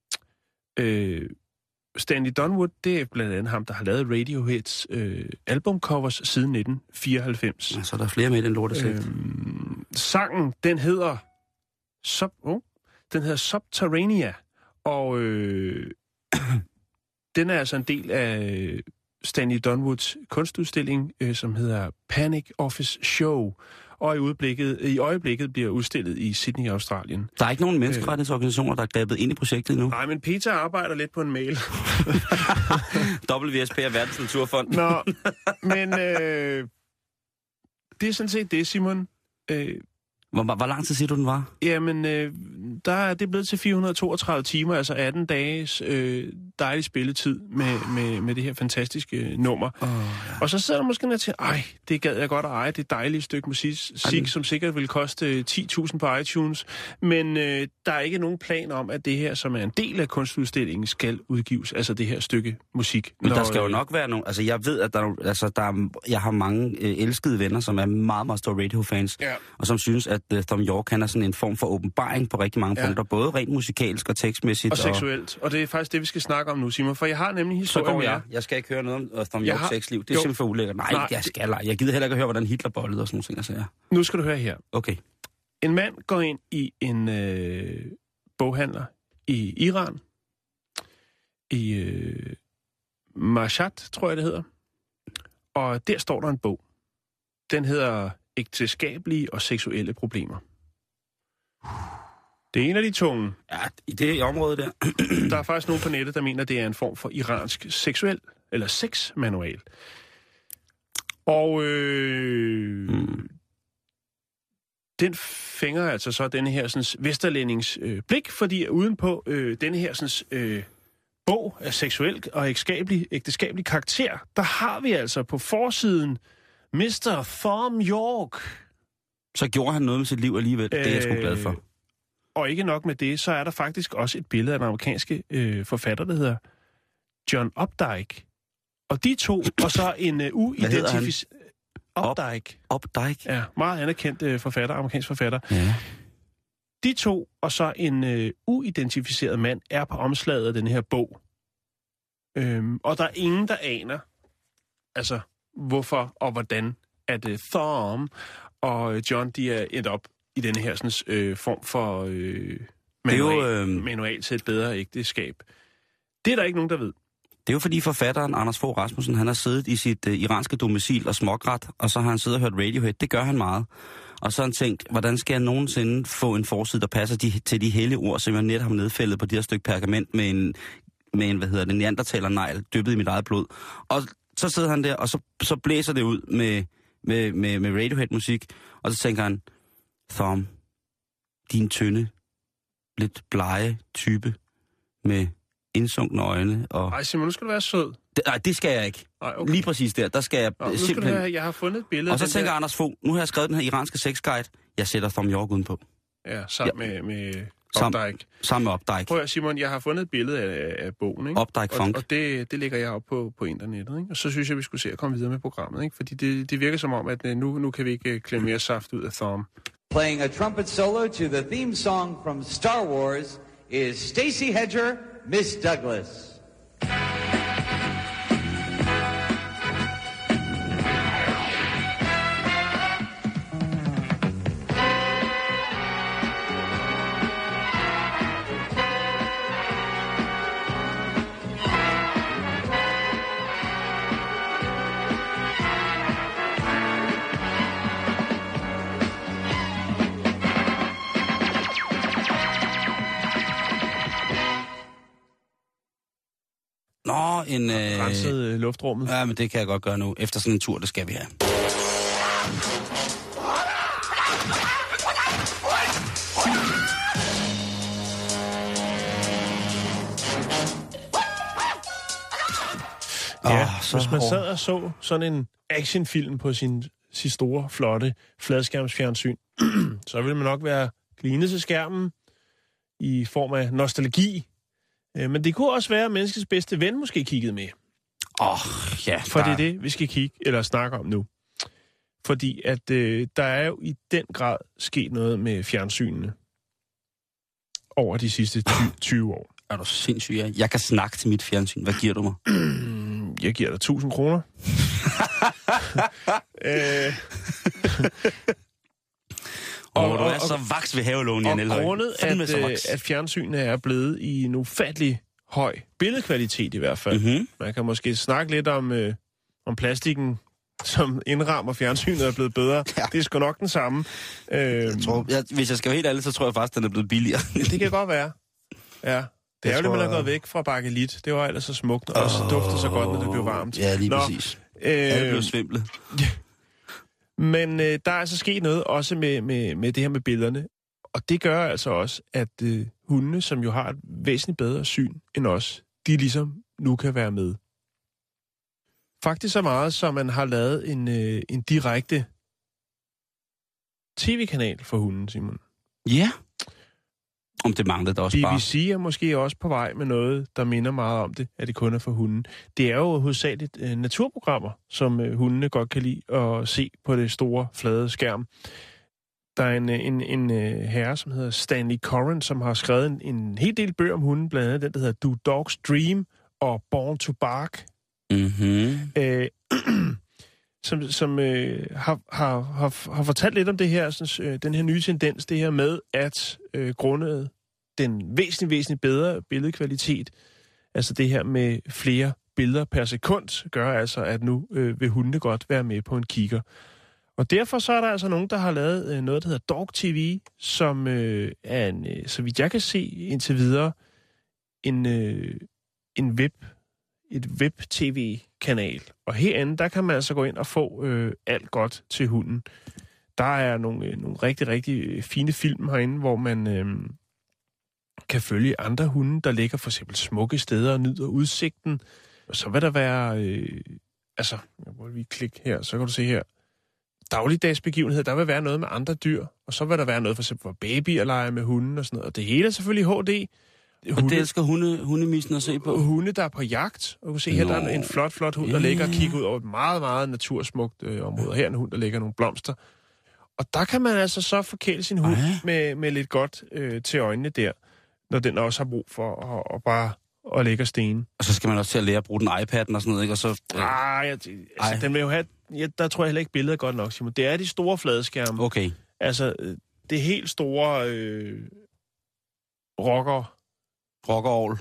Stanley Dunwood, det er blandt andet ham, der har lavet Radioheads albumcovers siden 1994. Ja, så er der flere med den lortesigt. Sangen, den hedder Subterranea, og den er altså en del af Stanley Dunwoods kunstudstilling, som hedder Panic Office Show, og i øjeblikket bliver udstillet i Sydney, Australien. Der er ikke nogen menneskerettighedsorganisationer, der er grebet ind i projektet endnu? Nej, men Peter arbejder lidt på en mail. WSP er Verdens Naturfond. Nå, men det er sådan set det, Simon. Hvor lang tid siger du, den var? Jamen, det er blevet til 432 timer, altså 18 dages dejlig spilletid med det her fantastiske nummer. Ja. Og så sidder du måske ned til, det gad jeg godt at eje, det dejlige stykke musik, som sikkert vil koste 10.000 på iTunes. Men der er ikke nogen plan om, at det her, som er en del af kunstudstillingen, skal udgives, altså det her stykke musik. Men der skal jo nok være nogen, altså jeg ved, at jeg har mange elskede venner, som er meget, meget store Radio-fans, og som synes, at Thom Yorke, han er sådan en form for åbenbaring på rigtig mange punkter, både rent musikalsk og tekstmæssigt. Og seksuelt. Og det er faktisk det, vi skal snakke om nu, Simon, for jeg har nemlig historien med. Jeg skal ikke høre noget om Thom Yorkes sexliv. Det er simpelthen for ulækkert. Nej, jeg skal ej. Jeg gider heller ikke at høre, hvordan Hitler bollede og sådan nogle ting. Altså. Nu skal du høre her. Okay. En mand går ind i en boghandler i Iran. I Mashhad, tror jeg det hedder. Og der står der en bog. Den hedder Ægteskabelige og seksuelle problemer. Det er en af de tunge. Ja, i det område der. Der er faktisk nogen på nettet, der mener, det er en form for iransk seksuel eller sexmanual. Og den fænger altså så denne her sådan, vesterlændings blik, fordi udenpå denne her sådan, bog af seksuel og ægteskabelig karakter, der har vi altså på forsiden Mr. Thom Yorke. Så gjorde han noget med sit liv alligevel. Det er jeg sgu glad for. Og ikke nok med det, så er der faktisk også et billede af den amerikanske forfatter, der hedder John Updike. Og de to, og så en uidentificeret... Updike. Updike? Ja, meget anerkendt forfatter, amerikansk forfatter. Ja. De to, og så en uidentificeret mand, er på omslaget af den her bog. Og der er ingen, der aner, altså, hvorfor og hvordan, at Thom og John, de er endt op i denne her sådan, form for manual til et bedre ægteskab. Det er der ikke nogen, der ved. Det er jo fordi forfatteren Anders Fogh Rasmussen, han har siddet i sit iranske domicil og smågrædt, og så har han siddet og hørt Radiohead. Det gør han meget. Og så har han tænkt, hvordan skal jeg nogensinde få en forside, der passer til de hellige ord, som jeg net har nedfældet på det her stykke pergament med en neandertalernegl dyppet i mit eget blod. Og så sidder han der, og så blæser det ud med Radiohead-musik, og så tænker han, Thom, din tynde, lidt blege type med indsunkne øjne. Og... Ej, Simon, nu skal du være sød. Nej, det skal jeg ikke. Ej, okay. Lige præcis der skal jeg simpelthen... Jeg har fundet et billede. Og så tænker Anders Fogh, nu har jeg skrevet den her iranske sexguide, jeg sætter Thom Yorke udenpå. Ja, sammen med Updike. Sammen med Updike. Prøv at, Simon, jeg har fundet et billede af bogen, ikke? Updike Funk. Og det lægger jeg op på internettet, ikke? Og så synes jeg, vi skulle se at komme videre med programmet, ikke? Fordi det virker som om, at nu kan vi ikke klemme mere saft ud af Thom. Playing a trumpet solo to the theme song from Star Wars is Stacey Hedger, Miss Douglas. Renset luftrummet. Ja, men det kan jeg godt gøre nu. Efter sådan en tur, det skal vi have. Ja, hvis man sad og så sådan en actionfilm på sin sit store, flotte fladskærmsfjernsyn, så vil man nok være klinet til skærmen i form af nostalgi. Men det kunne også være, at menneskets bedste ven måske kiggede med. Ja. For det er det, vi skal kigge eller snakke om nu. Fordi at der er jo i den grad sket noget med fjernsynene over de sidste 20 år. Er du sindssyg? Jeg kan snakke til mit fjernsyn. Hvad giver du mig? Jeg giver dig 1000 kroner. Og du er så vaks ved havelån, Jan Elhøj. Og grundet, at fjernsynene er blevet i en ufattelig høj billedkvalitet i hvert fald. Mm-hmm. Man kan måske snakke lidt om plastikken, som indrammer fjernsynet, er blevet bedre. Ja. Det er sgu nok den samme. Hvis jeg skal være helt ærlig, så tror jeg faktisk, den er blevet billigere. Det kan godt være. Ja. Det er jo det, man er gået væk fra bakelit. Det var ellers så smukt, og så duftede så godt, når det blev varmt. Ja, lige præcis. Alle blev svimlet. Men der er altså sket noget også med det her med billederne. Og det gør altså også, at hundene, som jo har et væsentligt bedre syn end os, de ligesom nu kan være med. Faktisk så meget, som man har lavet en direkte tv-kanal for hunden, Simon. Ja. Om det manglede der også bare. BBC er måske også på vej med noget, der minder meget om det, at det kun er for hunden. Det er jo hovedsageligt naturprogrammer, som hundene godt kan lide at se på det store, flade skærm. Der er en herre, som hedder Stanley Coren, som har skrevet en hel del bøger om hunden, blandt andet den, der hedder Do Dogs Dream og Born to Bark. Mm-hmm. Som har fortalt lidt om det her, sådan, den her nye tendens, det her med, at grundet den væsentligt bedre billedkvalitet, altså det her med flere billeder per sekund, gør altså, at nu vil hundene godt være med på en kigger. Og derfor så er der altså nogen, der har lavet noget, der hedder Dog TV, som er en, så vidt jeg kan se indtil videre, et web-tv-kanal. Og herinde, der kan man altså gå ind og få alt godt til hunden. Der er nogle rigtig, rigtig fine film herinde, hvor man kan følge andre hunde, der ligger for eksempel smukke steder og nyder udsigten. Og så vil der være, jeg må lige klikke her, så kan du se her, dagligdagsbegivenheder, der vil være noget med andre dyr, og så vil der være noget for eksempel for baby at lege med hunden og sådan noget. Og det hele er selvfølgelig HD. Og det elsker hundemisen at se på. Hunde, der er på jagt. Og du kan se her, der er en flot hund, der ligger og kigger ud over et meget, meget natursmukt område. Og her er en hund, der ligger nogle blomster. Og der kan man altså så forkæle sin hund med lidt godt til øjnene der, når den også har brug for at bare at lægge stene. Og så skal man også til at lære at bruge den iPad'en og sådan noget, ikke? Og så, den vil jo have... der tror jeg heller ikke billedet godt nok, Simon. Det er de store fladskærme. Okay. Altså, det helt store Rockerall.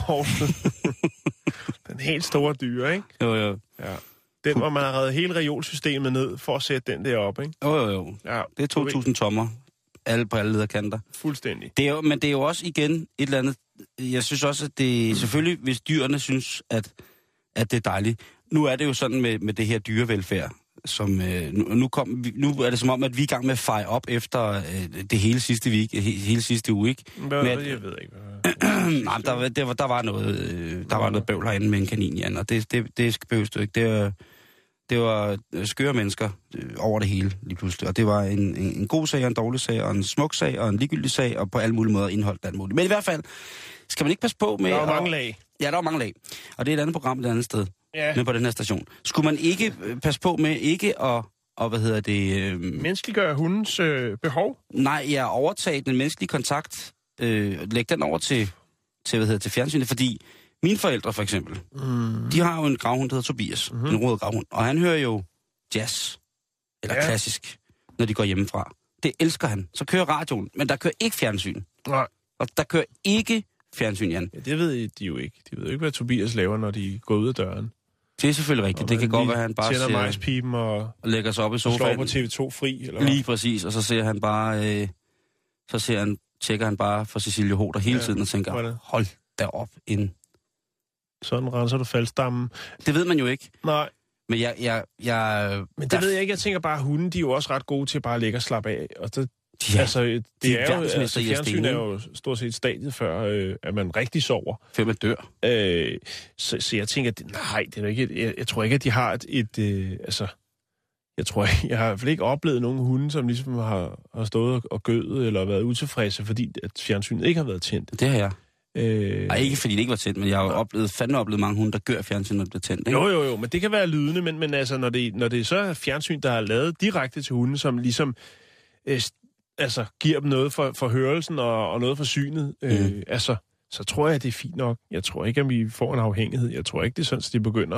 Den helt store dyre, ikke? Jo. Ja. Den, hvor man har reddet hele reolsystemet ned for at sætte den der op, ikke? Jo. Ja, det er 2.000 tommer. Alle på alle lederkanter. Fuldstændig. Men det er jo også igen et eller andet... Jeg synes også, at det selvfølgelig, hvis dyrene synes, at det er dejligt. Nu er det jo sådan med det her dyrevelfærd, som nu er det som om, at vi er i gang med at feje op efter det hele sidste uge, ikke? Jeg ved ikke. Nej, der var noget bøvl herinde med en kanin, Jan, og det behøves du ikke. Det var skøre mennesker over det hele lige pludselig, og det var en god sag, og en dårlig sag, og en smuk sag, og en ligegyldig sag, og på alle mulige måder indholdt alt muligt. Men i hvert fald skal man ikke passe på med... Der var mange lag. Ja, der var mange lag. Og det er et andet program et andet sted, men på den her station. Skulle man ikke passe på med ikke at menneskeliggøre hundens behov? Nej, overtage den menneskelige kontakt, lægge den over til fjernsynet, fordi mine forældre for eksempel, de har jo en gravhund, der hedder Tobias, en rød gravhund, og han hører jo jazz, eller klassisk, når de går hjemmefra. Det elsker han. Så kører radioen, men der kører ikke fjernsyn. Nej. Og der kører ikke fjernsyn, Jan. Ja, det ved de jo ikke. De ved jo ikke, hvad Tobias laver, når de går ud af døren. Det er selvfølgelig rigtigt. Det kan godt være, at han bare tænder majspipen og lægger sig op i sofaen. Og slår på TV2 fri. Eller lige præcis, og så ser han bare... tjekker han bare for Cecilie Hoder hele tiden og tænker, hold da op ind. Sådan renser du faldstammen. Det ved man jo ikke. Nej. Men Men det ved jeg ikke. Jeg tænker bare, at hunden, de er jo også ret gode til bare at ligge og slappe af. Og det, fjernsyn er jo stort set stadiet før, at man rigtig sover. Før man dør. Så jeg tænker, det er ikke... Jeg tror ikke, at de har Jeg tror, jeg har i hvert fald ikke oplevet nogen hunde, som ligesom har stået og gødet eller været utilfredse, fordi at fjernsynet ikke har været tændt. Det har jeg. Ej, ikke fordi det ikke var tændt, men jeg har jo fandme oplevet mange hunde, der gør fjernsynet, når det bliver tændt, ikke? Jo, men det kan være lydende, men altså, når det så er fjernsyn, der er lavet direkte til hunden, som ligesom giver dem noget for hørelsen og noget for synet, så tror jeg, det er fint nok. Jeg tror ikke, at vi får en afhængighed. Jeg tror ikke, det er sådan, at de begynder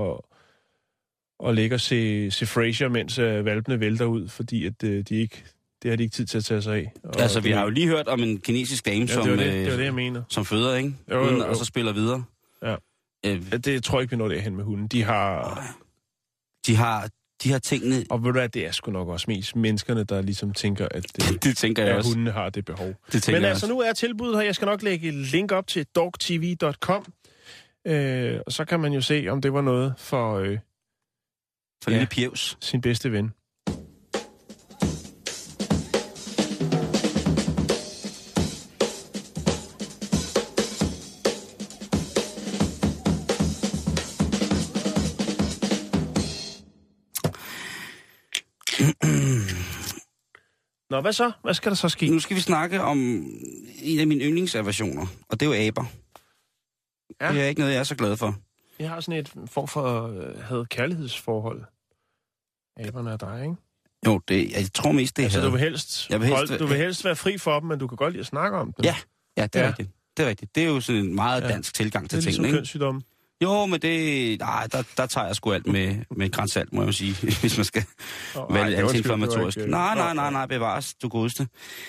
at ligge og se Frasier, mens valpene vælter ud, fordi at det har de ikke tid til at tage sig af. Og vi har jo lige hørt om en kinesisk dame, det var det, jeg mener. Som føder, ikke? Jo. Og så spiller videre. Ja. Det tror jeg ikke, vi når derhen med hunden. De har tingene... Og ved du hvad, det er sgu nok også mest menneskerne, der ligesom tænker, at det tænker jeg også. Hundene har det behov. Men altså, nu er tilbuddet her. Jeg skal nok lægge et link op til dogtv.com. Og så kan man jo se, om det var noget for lille Pjevs. Sin bedste ven. Nå, hvad så? Hvad skal der så ske? Nu skal vi snakke om en af mine yndlingsaversioner, og det er jo aber. Ja. Det er ikke noget, jeg er så glad for. Jeg har sådan et form for had-kærlighedsforhold. Aberne er dig, ikke? Jo, jeg tror mest, det er altså, du vil helst være fri for dem, men du kan godt lide at snakke om dem. Ja, det er rigtigt. Det er rigtigt. Det er jo sådan en meget dansk tilgang til tingene, ikke? Det er ligesom kønssygdomme. Jo, men der tager jeg sgu alt med grænsalt, må jeg sige, hvis man skal vælge antiinflammatorisk. Nej, bevares, du godeste.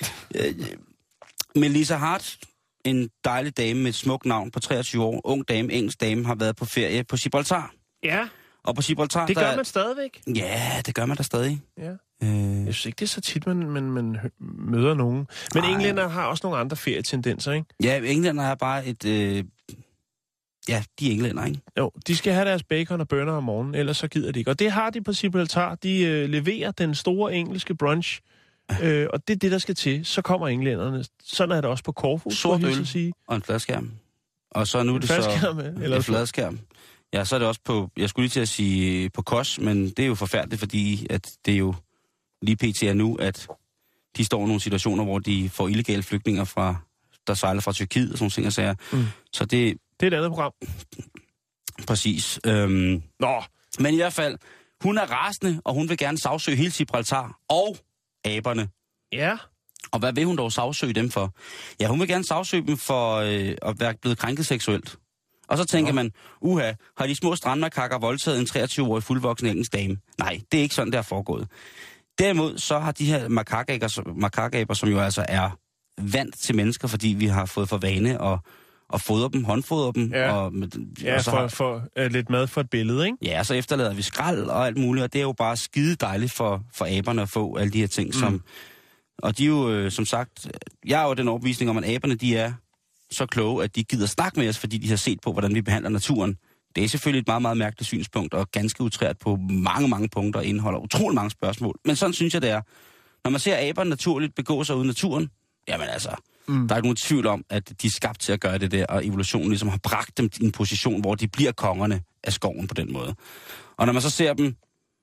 Melissa Hart, en dejlig dame med et smukt navn på 23 år, ung dame, engelsk dame, har været på ferie på Gibraltar. Ja. Og på Gibraltar... Det gør man stadigvæk. Ja, det gør man da stadig. Ja. Jeg synes ikke, det er så tit, man møder nogen. Men englænder har også nogle andre ferietendenser, ikke? Ja, englænder er bare et... Ja, de er englænder, ikke? Jo, de skal have deres bacon og bønner om morgenen, ellers så gider de ikke. Og det har de på Gibraltar. De leverer den store engelske brunch, og det er det, der skal til. Så kommer englænderne. Sådan er det også på Korfu. Sort øl sige. Og en fladskærm. Og så nu er det så... Eller en fladskærm. Ja, så er det også på... Jeg skulle lige til at sige på Kos, men det er jo forfærdeligt, fordi at det er jo lige pt. Er nu, at de står i nogle situationer, hvor de får illegale flygtninger der sejler fra Tyrkiet og sådan nogle ting og sager. Så det... Det er et andet program. Præcis. Nå. Men i hvert fald, hun er rasende, og hun vil gerne sagsøge hele Gibraltar og aberne. Ja. Og hvad vil hun dog sagsøge dem for? Ja, hun vil gerne sagsøge dem for at være blevet krænket seksuelt. Og så tænker man, har de små strandmakakker voldtaget en 23-årig fuldvoksen engelsk dame? Nej, det er ikke sådan, det har foregået. Derimod så har de her makakaber, som jo altså er vant til mennesker, fordi vi har fået for vane og fodre dem, håndfodre dem. Ja, og så for lidt mad for et billede, ikke? Ja, så efterlader vi skrald og alt muligt, og det er jo bare skide dejligt for aberne at få alle de her ting, som... Og de er jo, som sagt... Jeg er jo den overbevisning om, at aberne, de er så kloge, at de gider snakke med os, fordi de har set på, hvordan vi behandler naturen. Det er selvfølgelig et meget, meget mærkeligt synspunkt, og ganske utrært på mange, mange punkter, og indeholder utrolig mange spørgsmål. Men sådan synes jeg, det er. Når man ser aberne naturligt begå sig ude i naturen, jamen altså... Der er ikke nogen tvivl om, at de er skabt til at gøre det der, og evolutionen ligesom har bragt dem i en position, hvor de bliver kongerne af skoven på den måde. Og når man så ser dem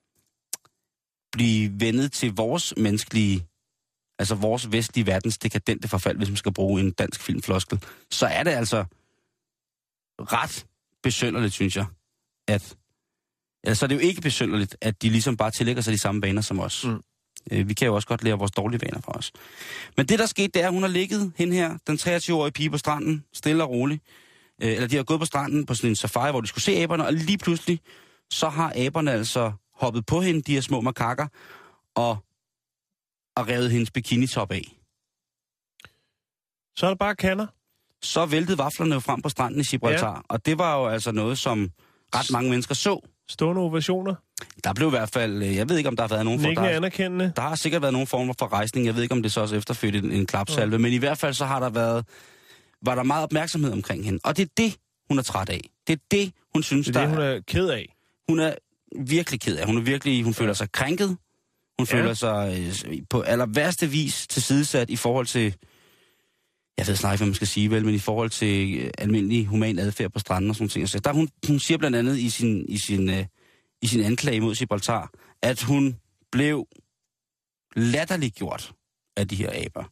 blive vendet til vores menneskelige, altså vores vestlige verdens dekadente forfald, hvis man skal bruge en dansk filmfloskel, så er det altså ret besynderligt, synes jeg, så er det jo ikke besynderligt, at de ligesom bare tillægger sig de samme vaner som os. Vi kan jo også godt lære vores dårlige vaner fra os. Men det, der skete, det er, at hun har ligget hende her, den 23-årige pige på stranden, stille og roligt. Eller de har gået på stranden på sådan en safari, hvor de skulle se aberne, og lige pludselig, så har aberne altså hoppet på hende, de her små makakker, og revet hendes bikinitop af. Så er det bare kander. Så væltede vaflerne jo frem på stranden i Gibraltar, og det var jo altså noget, som ret mange mennesker så. Stående ovationer? Der blev i hvert fald, jeg ved ikke, om der har været nogen for... anerkendende? Der har sikkert været nogen former for rejsning. Jeg ved ikke, om det så også efterfødte en klapsalve. Men i hvert fald så har var der meget opmærksomhed omkring hende. Og det er det, hun er træt af. Det er det, hun synes, det er det, hun er ked af. Hun er virkelig ked af. Hun føler sig krænket. Hun føler sig på allerværste vis tilsidesat i forhold til... Jeg ved snart ikke, hvad man skal sige vel, men i forhold til almindelig human adfærd på stranden og sådan ting. Så der hun siger blandt andet i sin anklage mod Gibraltar, at hun blev latterliggjort af de her aber.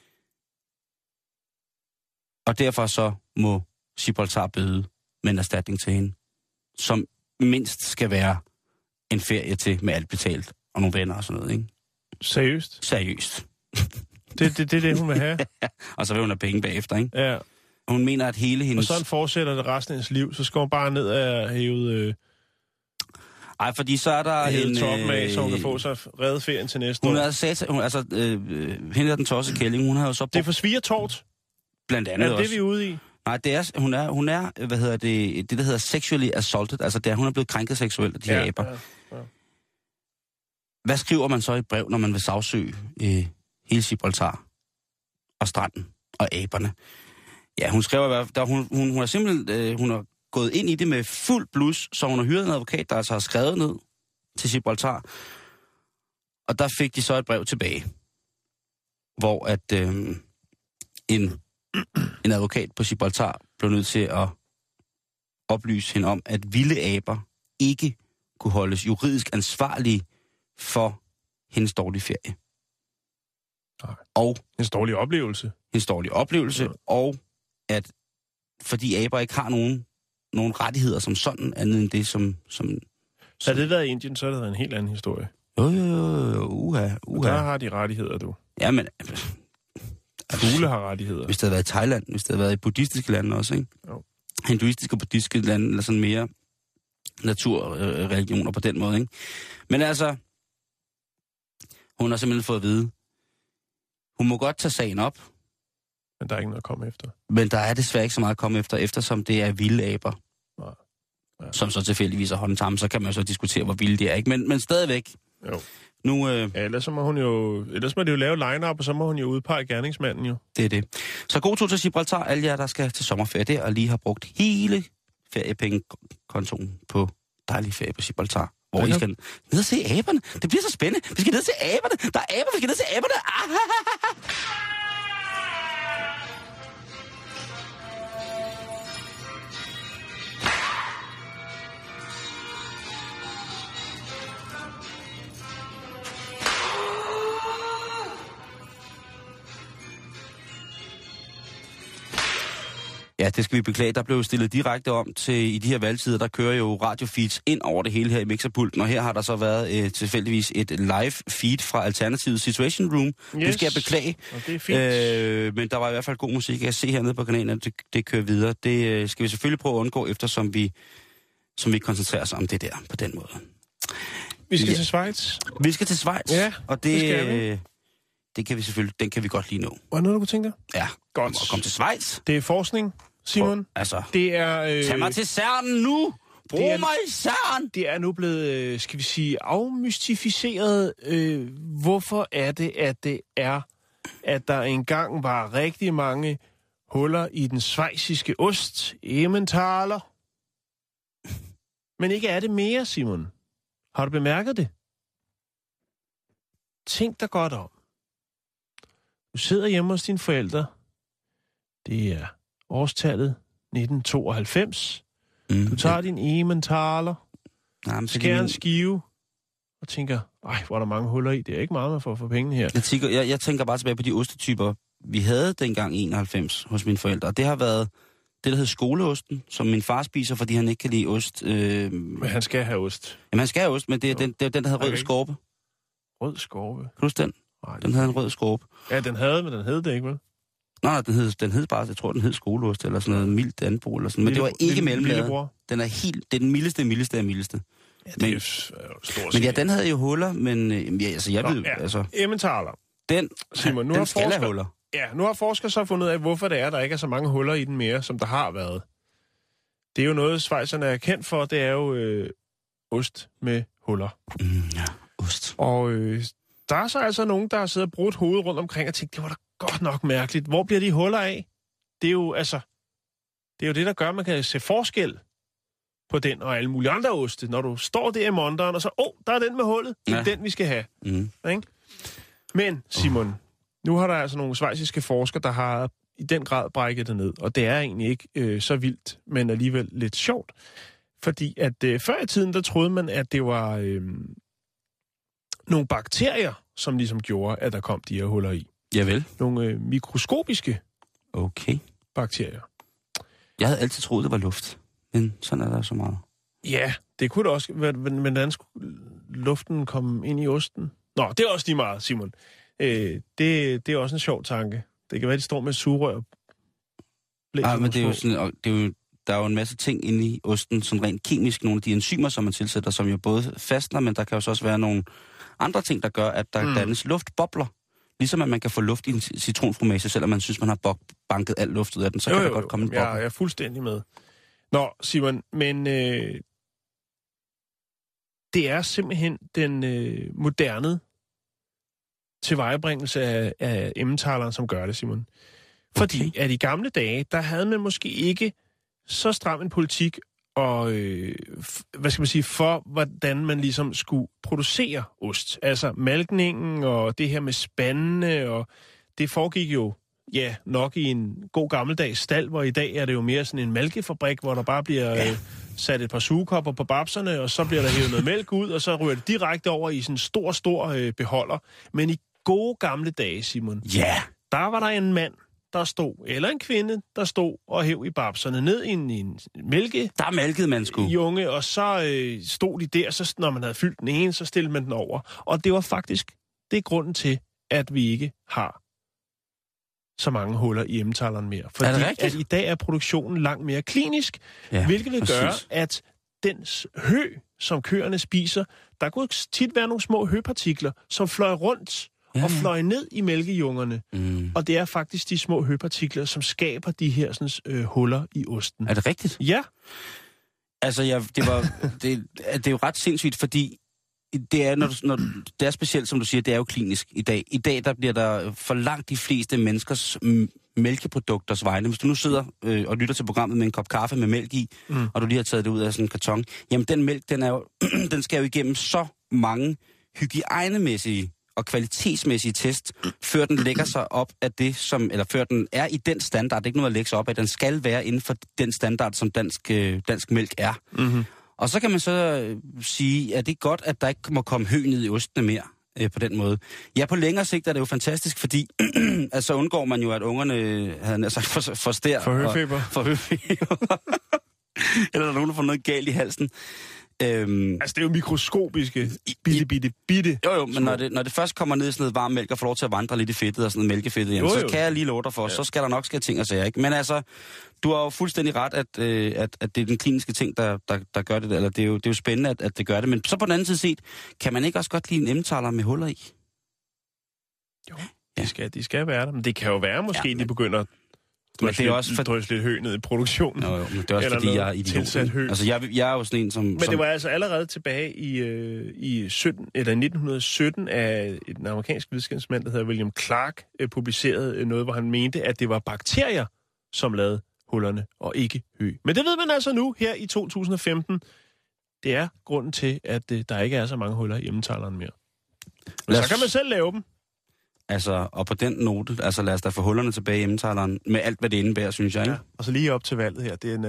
Og derfor så må Gibraltar bøde med en erstatning til hende, som mindst skal være en ferie til med alt betalt, og nogle venner og sådan noget, ikke? Seriøst? Seriøst. Det er det, hun vil have? Og så vil hun have penge bagefter, ikke? Ja. Hun mener, at hele hendes... Og sådan fortsætter det resten af hendes liv, så skal hun bare ned af hævet... Ej, fordi så er der en... toppen af, så hun kan få sig reddet ferien til næste år. Hende er den tosse kælling, hun har jo så... Det er for svigertort? Blandt andet også. Er det, vi er ude i? Nej, hun er det der hedder sexually assaulted, altså hun er blevet krænket seksuelt af de her aber. Ja. Hvad skriver man så i et brev, når man vil sagsøge hele Gibraltar og stranden og aberne? Ja, hun skriver i hvert fald, hun er simpelthen, hun har gået ind i det med fuld blus, så hun har hyret en advokat, der altså har skrevet ned til Gibraltar. Og der fik de så et brev tilbage, hvor at en advokat på Gibraltar blev nødt til at oplyse hende om, at vilde aber ikke kunne holdes juridisk ansvarlige for hendes dårlige ferie. Og hendes dårlige oplevelse. Hendes dårlige oplevelse, ja. Og at fordi aber ikke har nogen rettigheder som sådan, andet end det som... Havde det været i Indien, så er det en helt anden historie. Jo, uha. Der har de rettigheder, du. Ja, men... Fugle har rettigheder. Hvis det havde været i Thailand, hvis det havde været i buddhistiske lande også, ikke? Jo. Hinduistiske og buddhistiske lande, eller sådan mere naturreligioner på den måde, ikke? Men altså, hun har simpelthen fået at vide, hun må godt tage sagen op. Men der er ikke noget at komme efter. Men der er desværre ikke så meget at komme efter, eftersom det er vilde aber. Ja. Som så tilfældigvis er hånden sammen, så kan man jo så diskutere, hvor vilde de er, ikke? Men stadigvæk. Jo. Nu, ja, ellers må det jo lave line-up, og så må hun jo udpege gerningsmanden jo. Det er det. Så god tur til Gibraltar, alle jer, der skal til sommerferie der, og lige har brugt hele feriepengekontoen på dejlig ferie på Gibraltar. Hvor I skal ned og se aberne. Det bliver så spændende. Vi skal ned og se aberne. Der er aber, vi skal ned og se aberne. Ja, det skal vi beklage. Der blev stillet direkte om til, i de her valgtider, der kører jo radiofeeds ind over det hele her i mixerpulten, og her har der så været tilfældigvis et live feed fra Alternative Situation Room. Yes. Det skal jeg beklage. Og det er fint. Men der var i hvert fald god musik. Jeg kan se hernede på kanalen, at det kører videre. Det skal vi selvfølgelig prøve at undgå, eftersom vi koncentrerer os om det der på den måde. Vi skal til Schweiz. Vi skal til Schweiz, ja, og det kan vi selvfølgelig, den kan vi godt lige nå. Var det noget, du kunne tænke dig? Ja, godt. Og komme til Schweiz. Det er forskning, Simon. Det er... Tag mig til CERN nu! Brug mig i CERN! Det er nu blevet, skal vi sige, afmystificeret. Hvorfor er det, at der engang var rigtig mange huller i den schweiziske ost, Emmentaler. Men ikke er det mere, Simon. Har du bemærket det? Tænk dig godt om. Du sidder hjemme hos dine forældre. Det er årstallet 1992. Du tager din Emmentaler, skærer en skive og tænker, hvor er der mange huller i. Det er ikke meget, man får for pengene her. Jeg tænker bare tilbage på de ostetyper, vi havde dengang i 91 hos mine forældre. Og det har været det, der hedder skoleosten, som min far spiser, fordi han ikke kan lide ost. Men han skal have ost. Jamen, han skal have ost, men det er den, der hedder rød skorpe. Rød skorpe? Kan du huske den? Nej, den havde en rød skorpe. Ja, den havde, men den hed det ikke, vel? Nej, den hed bare, jeg tror, den hed skoleost, eller sådan noget mildt anbrug, eller sådan. Men det var ikke mellemlaget. Den er helt, det er den mildeste af mildeste. Ja, det er stort. Men ja, den havde jo huller, men jeg ved... Altså, Emmentaler. Simon, nu den skal have huller. Ja, nu har forskere så fundet ud af, hvorfor det er, der ikke er så mange huller i den mere, som der har været. Det er jo noget, schweizerne er kendt for, det er jo ost med huller. Ja, ost. Og der er så altså nogen, der har siddet og brudt hovedet rundt omkring og tænkt, det var da godt nok mærkeligt. Hvor bliver de huller af? Det er jo det, der gør, at man kan se forskel på den og alle mulige andre oste. Når du står der i monteren, og så, der er den med hullet. Det er den, vi skal have. Ikke? Men, Simon, nu har der altså nogle schweiziske forskere, der har i den grad brækket det ned. Og det er egentlig ikke så vildt, men alligevel lidt sjovt. Fordi at før i tiden, der troede man, at det var nogle bakterier, som ligesom gjorde, at der kom de her huller i. Javel. Nogle mikroskopiske bakterier. Jeg havde altid troet, det var luft, men sådan er der så meget. Ja, det kunne det også. Men hvordan skulle luften komme ind i osten? Nå, det er også lige meget, Simon. Det er også en sjov tanke. Det kan være, de står med sugerør. Ja, men det er jo sådan, der er jo en masse ting inde i osten, sådan rent kemisk, nogle af de enzymer, som man tilsætter, som jo både fastner, men der kan jo så også være nogle andre ting, der gør, at der dannes luftbobler. Ligesom at man kan få luft i en citronfromage, selvom man synes, man har banket alt luft ud af den, så kan der godt komme en boble. Jeg er fuldstændig med. Nå, Simon, men det er simpelthen den moderne tilvejebringelse af emmentaleren, som gør det, Simon. Fordi at i gamle dage, der havde man måske ikke så stram en politik og, for hvordan man ligesom skulle producere ost. Altså malkningen og det her med spandene, og det foregik jo, nok i en god gammeldags stald, hvor i dag er det jo mere sådan en mælkefabrik, hvor der bare bliver sat et par sugekopper på babserne, og så bliver der hævet noget mælk ud, og så ryger det direkte over i sådan en stor beholder. Men i gode gamle dage, Simon, der var der en mand, der stod, eller en kvinde, der stod og hæv i babserne ned i en mælke. Der mælkede man sgu. Junge, og så stod de der, så når man havde fyldt den ene, så stillede man den over. Og det var faktisk, det er grunden til, at vi ikke har så mange huller i emmentaleren mere. Fordi at i dag er produktionen langt mere klinisk, hvilket vil gøre, at den hø, som køerne spiser, der kunne tit være nogle små høpartikler, som fløj rundt og fløj ned i mælkejungerne. Og det er faktisk de små høpartikler, som skaber de her sådan, huller i osten. Er det rigtigt? Ja. Altså, det er jo ret sindssygt, fordi det er, når det er specielt, som du siger, det er jo klinisk i dag. I dag, der bliver der for langt de fleste menneskers mælkeprodukters vegne. Hvis du nu sidder og lytter til programmet med en kop kaffe med mælk i, og du lige har taget det ud af sådan en karton, jamen den mælk, den skal jo igennem så mange hygiejnemæssige og kvalitetsmæssige test, før den lægger sig op af det, eller før den er i den standard. Det er ikke noget at lægge sig op af. Den skal være inden for den standard, som dansk mælk er. Mm-hmm. Og så kan man så sige, at det er godt, at der ikke må komme hø ned i ostene mere på den måde. Ja, på længere sigt er det jo fantastisk, fordi at så undgår man jo, at ungerne havde sagt forstær. For høfeber. For høfeber. Eller der er nogen, der får noget galt i halsen. Altså, det er jo mikroskopiske, bitte. Jo, men når det først kommer ned i sådan noget varm mælk og får lov til at vandre lidt i fedtet og sådan noget mælkefedtet, jamen, så kan jeg lige love dig for, så skal der nok ske ting og sager, ikke? Men altså, du har jo fuldstændig ret, at det er den kliniske ting, der gør det, eller det er jo spændende, at det gør det. Men så på den anden side set, kan man ikke også godt lide en emmentaler med huller i? Jo, de skal være der, men det kan jo være, måske de begynder drøs lidt hø ned i produktionen. Jo, men det er også fordi, jeg er idiot. Altså, jeg er jo sådan en, som... Men det var altså allerede tilbage i 1917, af en amerikansk videnskabsmand, der hedder William Clark, publicerede noget, hvor han mente, at det var bakterier, som lavede hullerne, og ikke hø. Men det ved man altså nu, her i 2015. Det er grunden til, at der ikke er så mange huller i emmentaleren mere. Men så kan man selv lave dem. Altså, og på den note, altså lad os da få hullerne tilbage i emmentaleren, med alt, hvad det indebærer, synes jeg, ikke? Ja, og så lige op til valget her, det er en...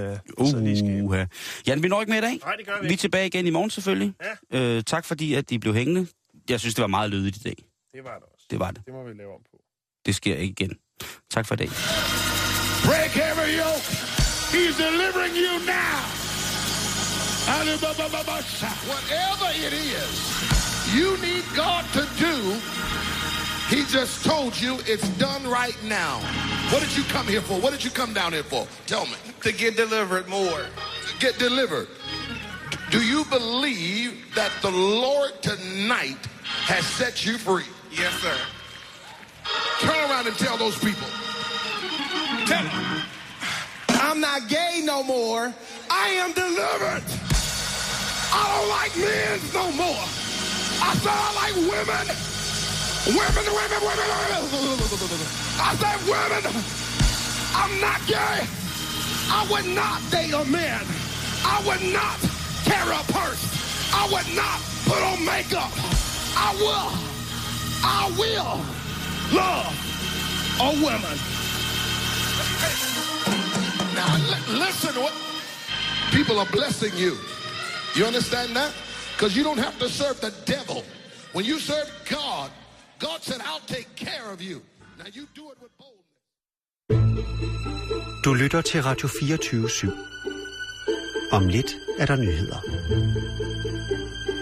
Jan, vi når ikke med i dag. Nej, det gør vi. Vi er tilbage igen i morgen, selvfølgelig. Ja. Tak fordi, at de blev hængende. Jeg synes, det var meget lødigt i dag. Det var det også. Det var det. Det må vi lave om på. Det sker ikke igen. Tak for i dag. Break every yoke. He's delivering you now. Whatever it is you need God to do, He just told you it's done right now. What did you come here for? What did you come down here for? Tell me. To get delivered more. Get delivered. Do you believe that the Lord tonight has set you free? Yes, sir. Turn around and tell those people. Tell them. I'm not gay no more. I am delivered. I don't like men no more. I said I like women. Women. I said women. I'm not gay. I would not date a man. I would not carry a purse. I would not put on makeup. I will love a woman. Now listen, what people are blessing you. You understand that? Because you don't have to serve the devil When you serve God, God said, I'll take care of you. Now you do it with boldness. Du lytter til Radio 24/7. Om lidt er der nyheder.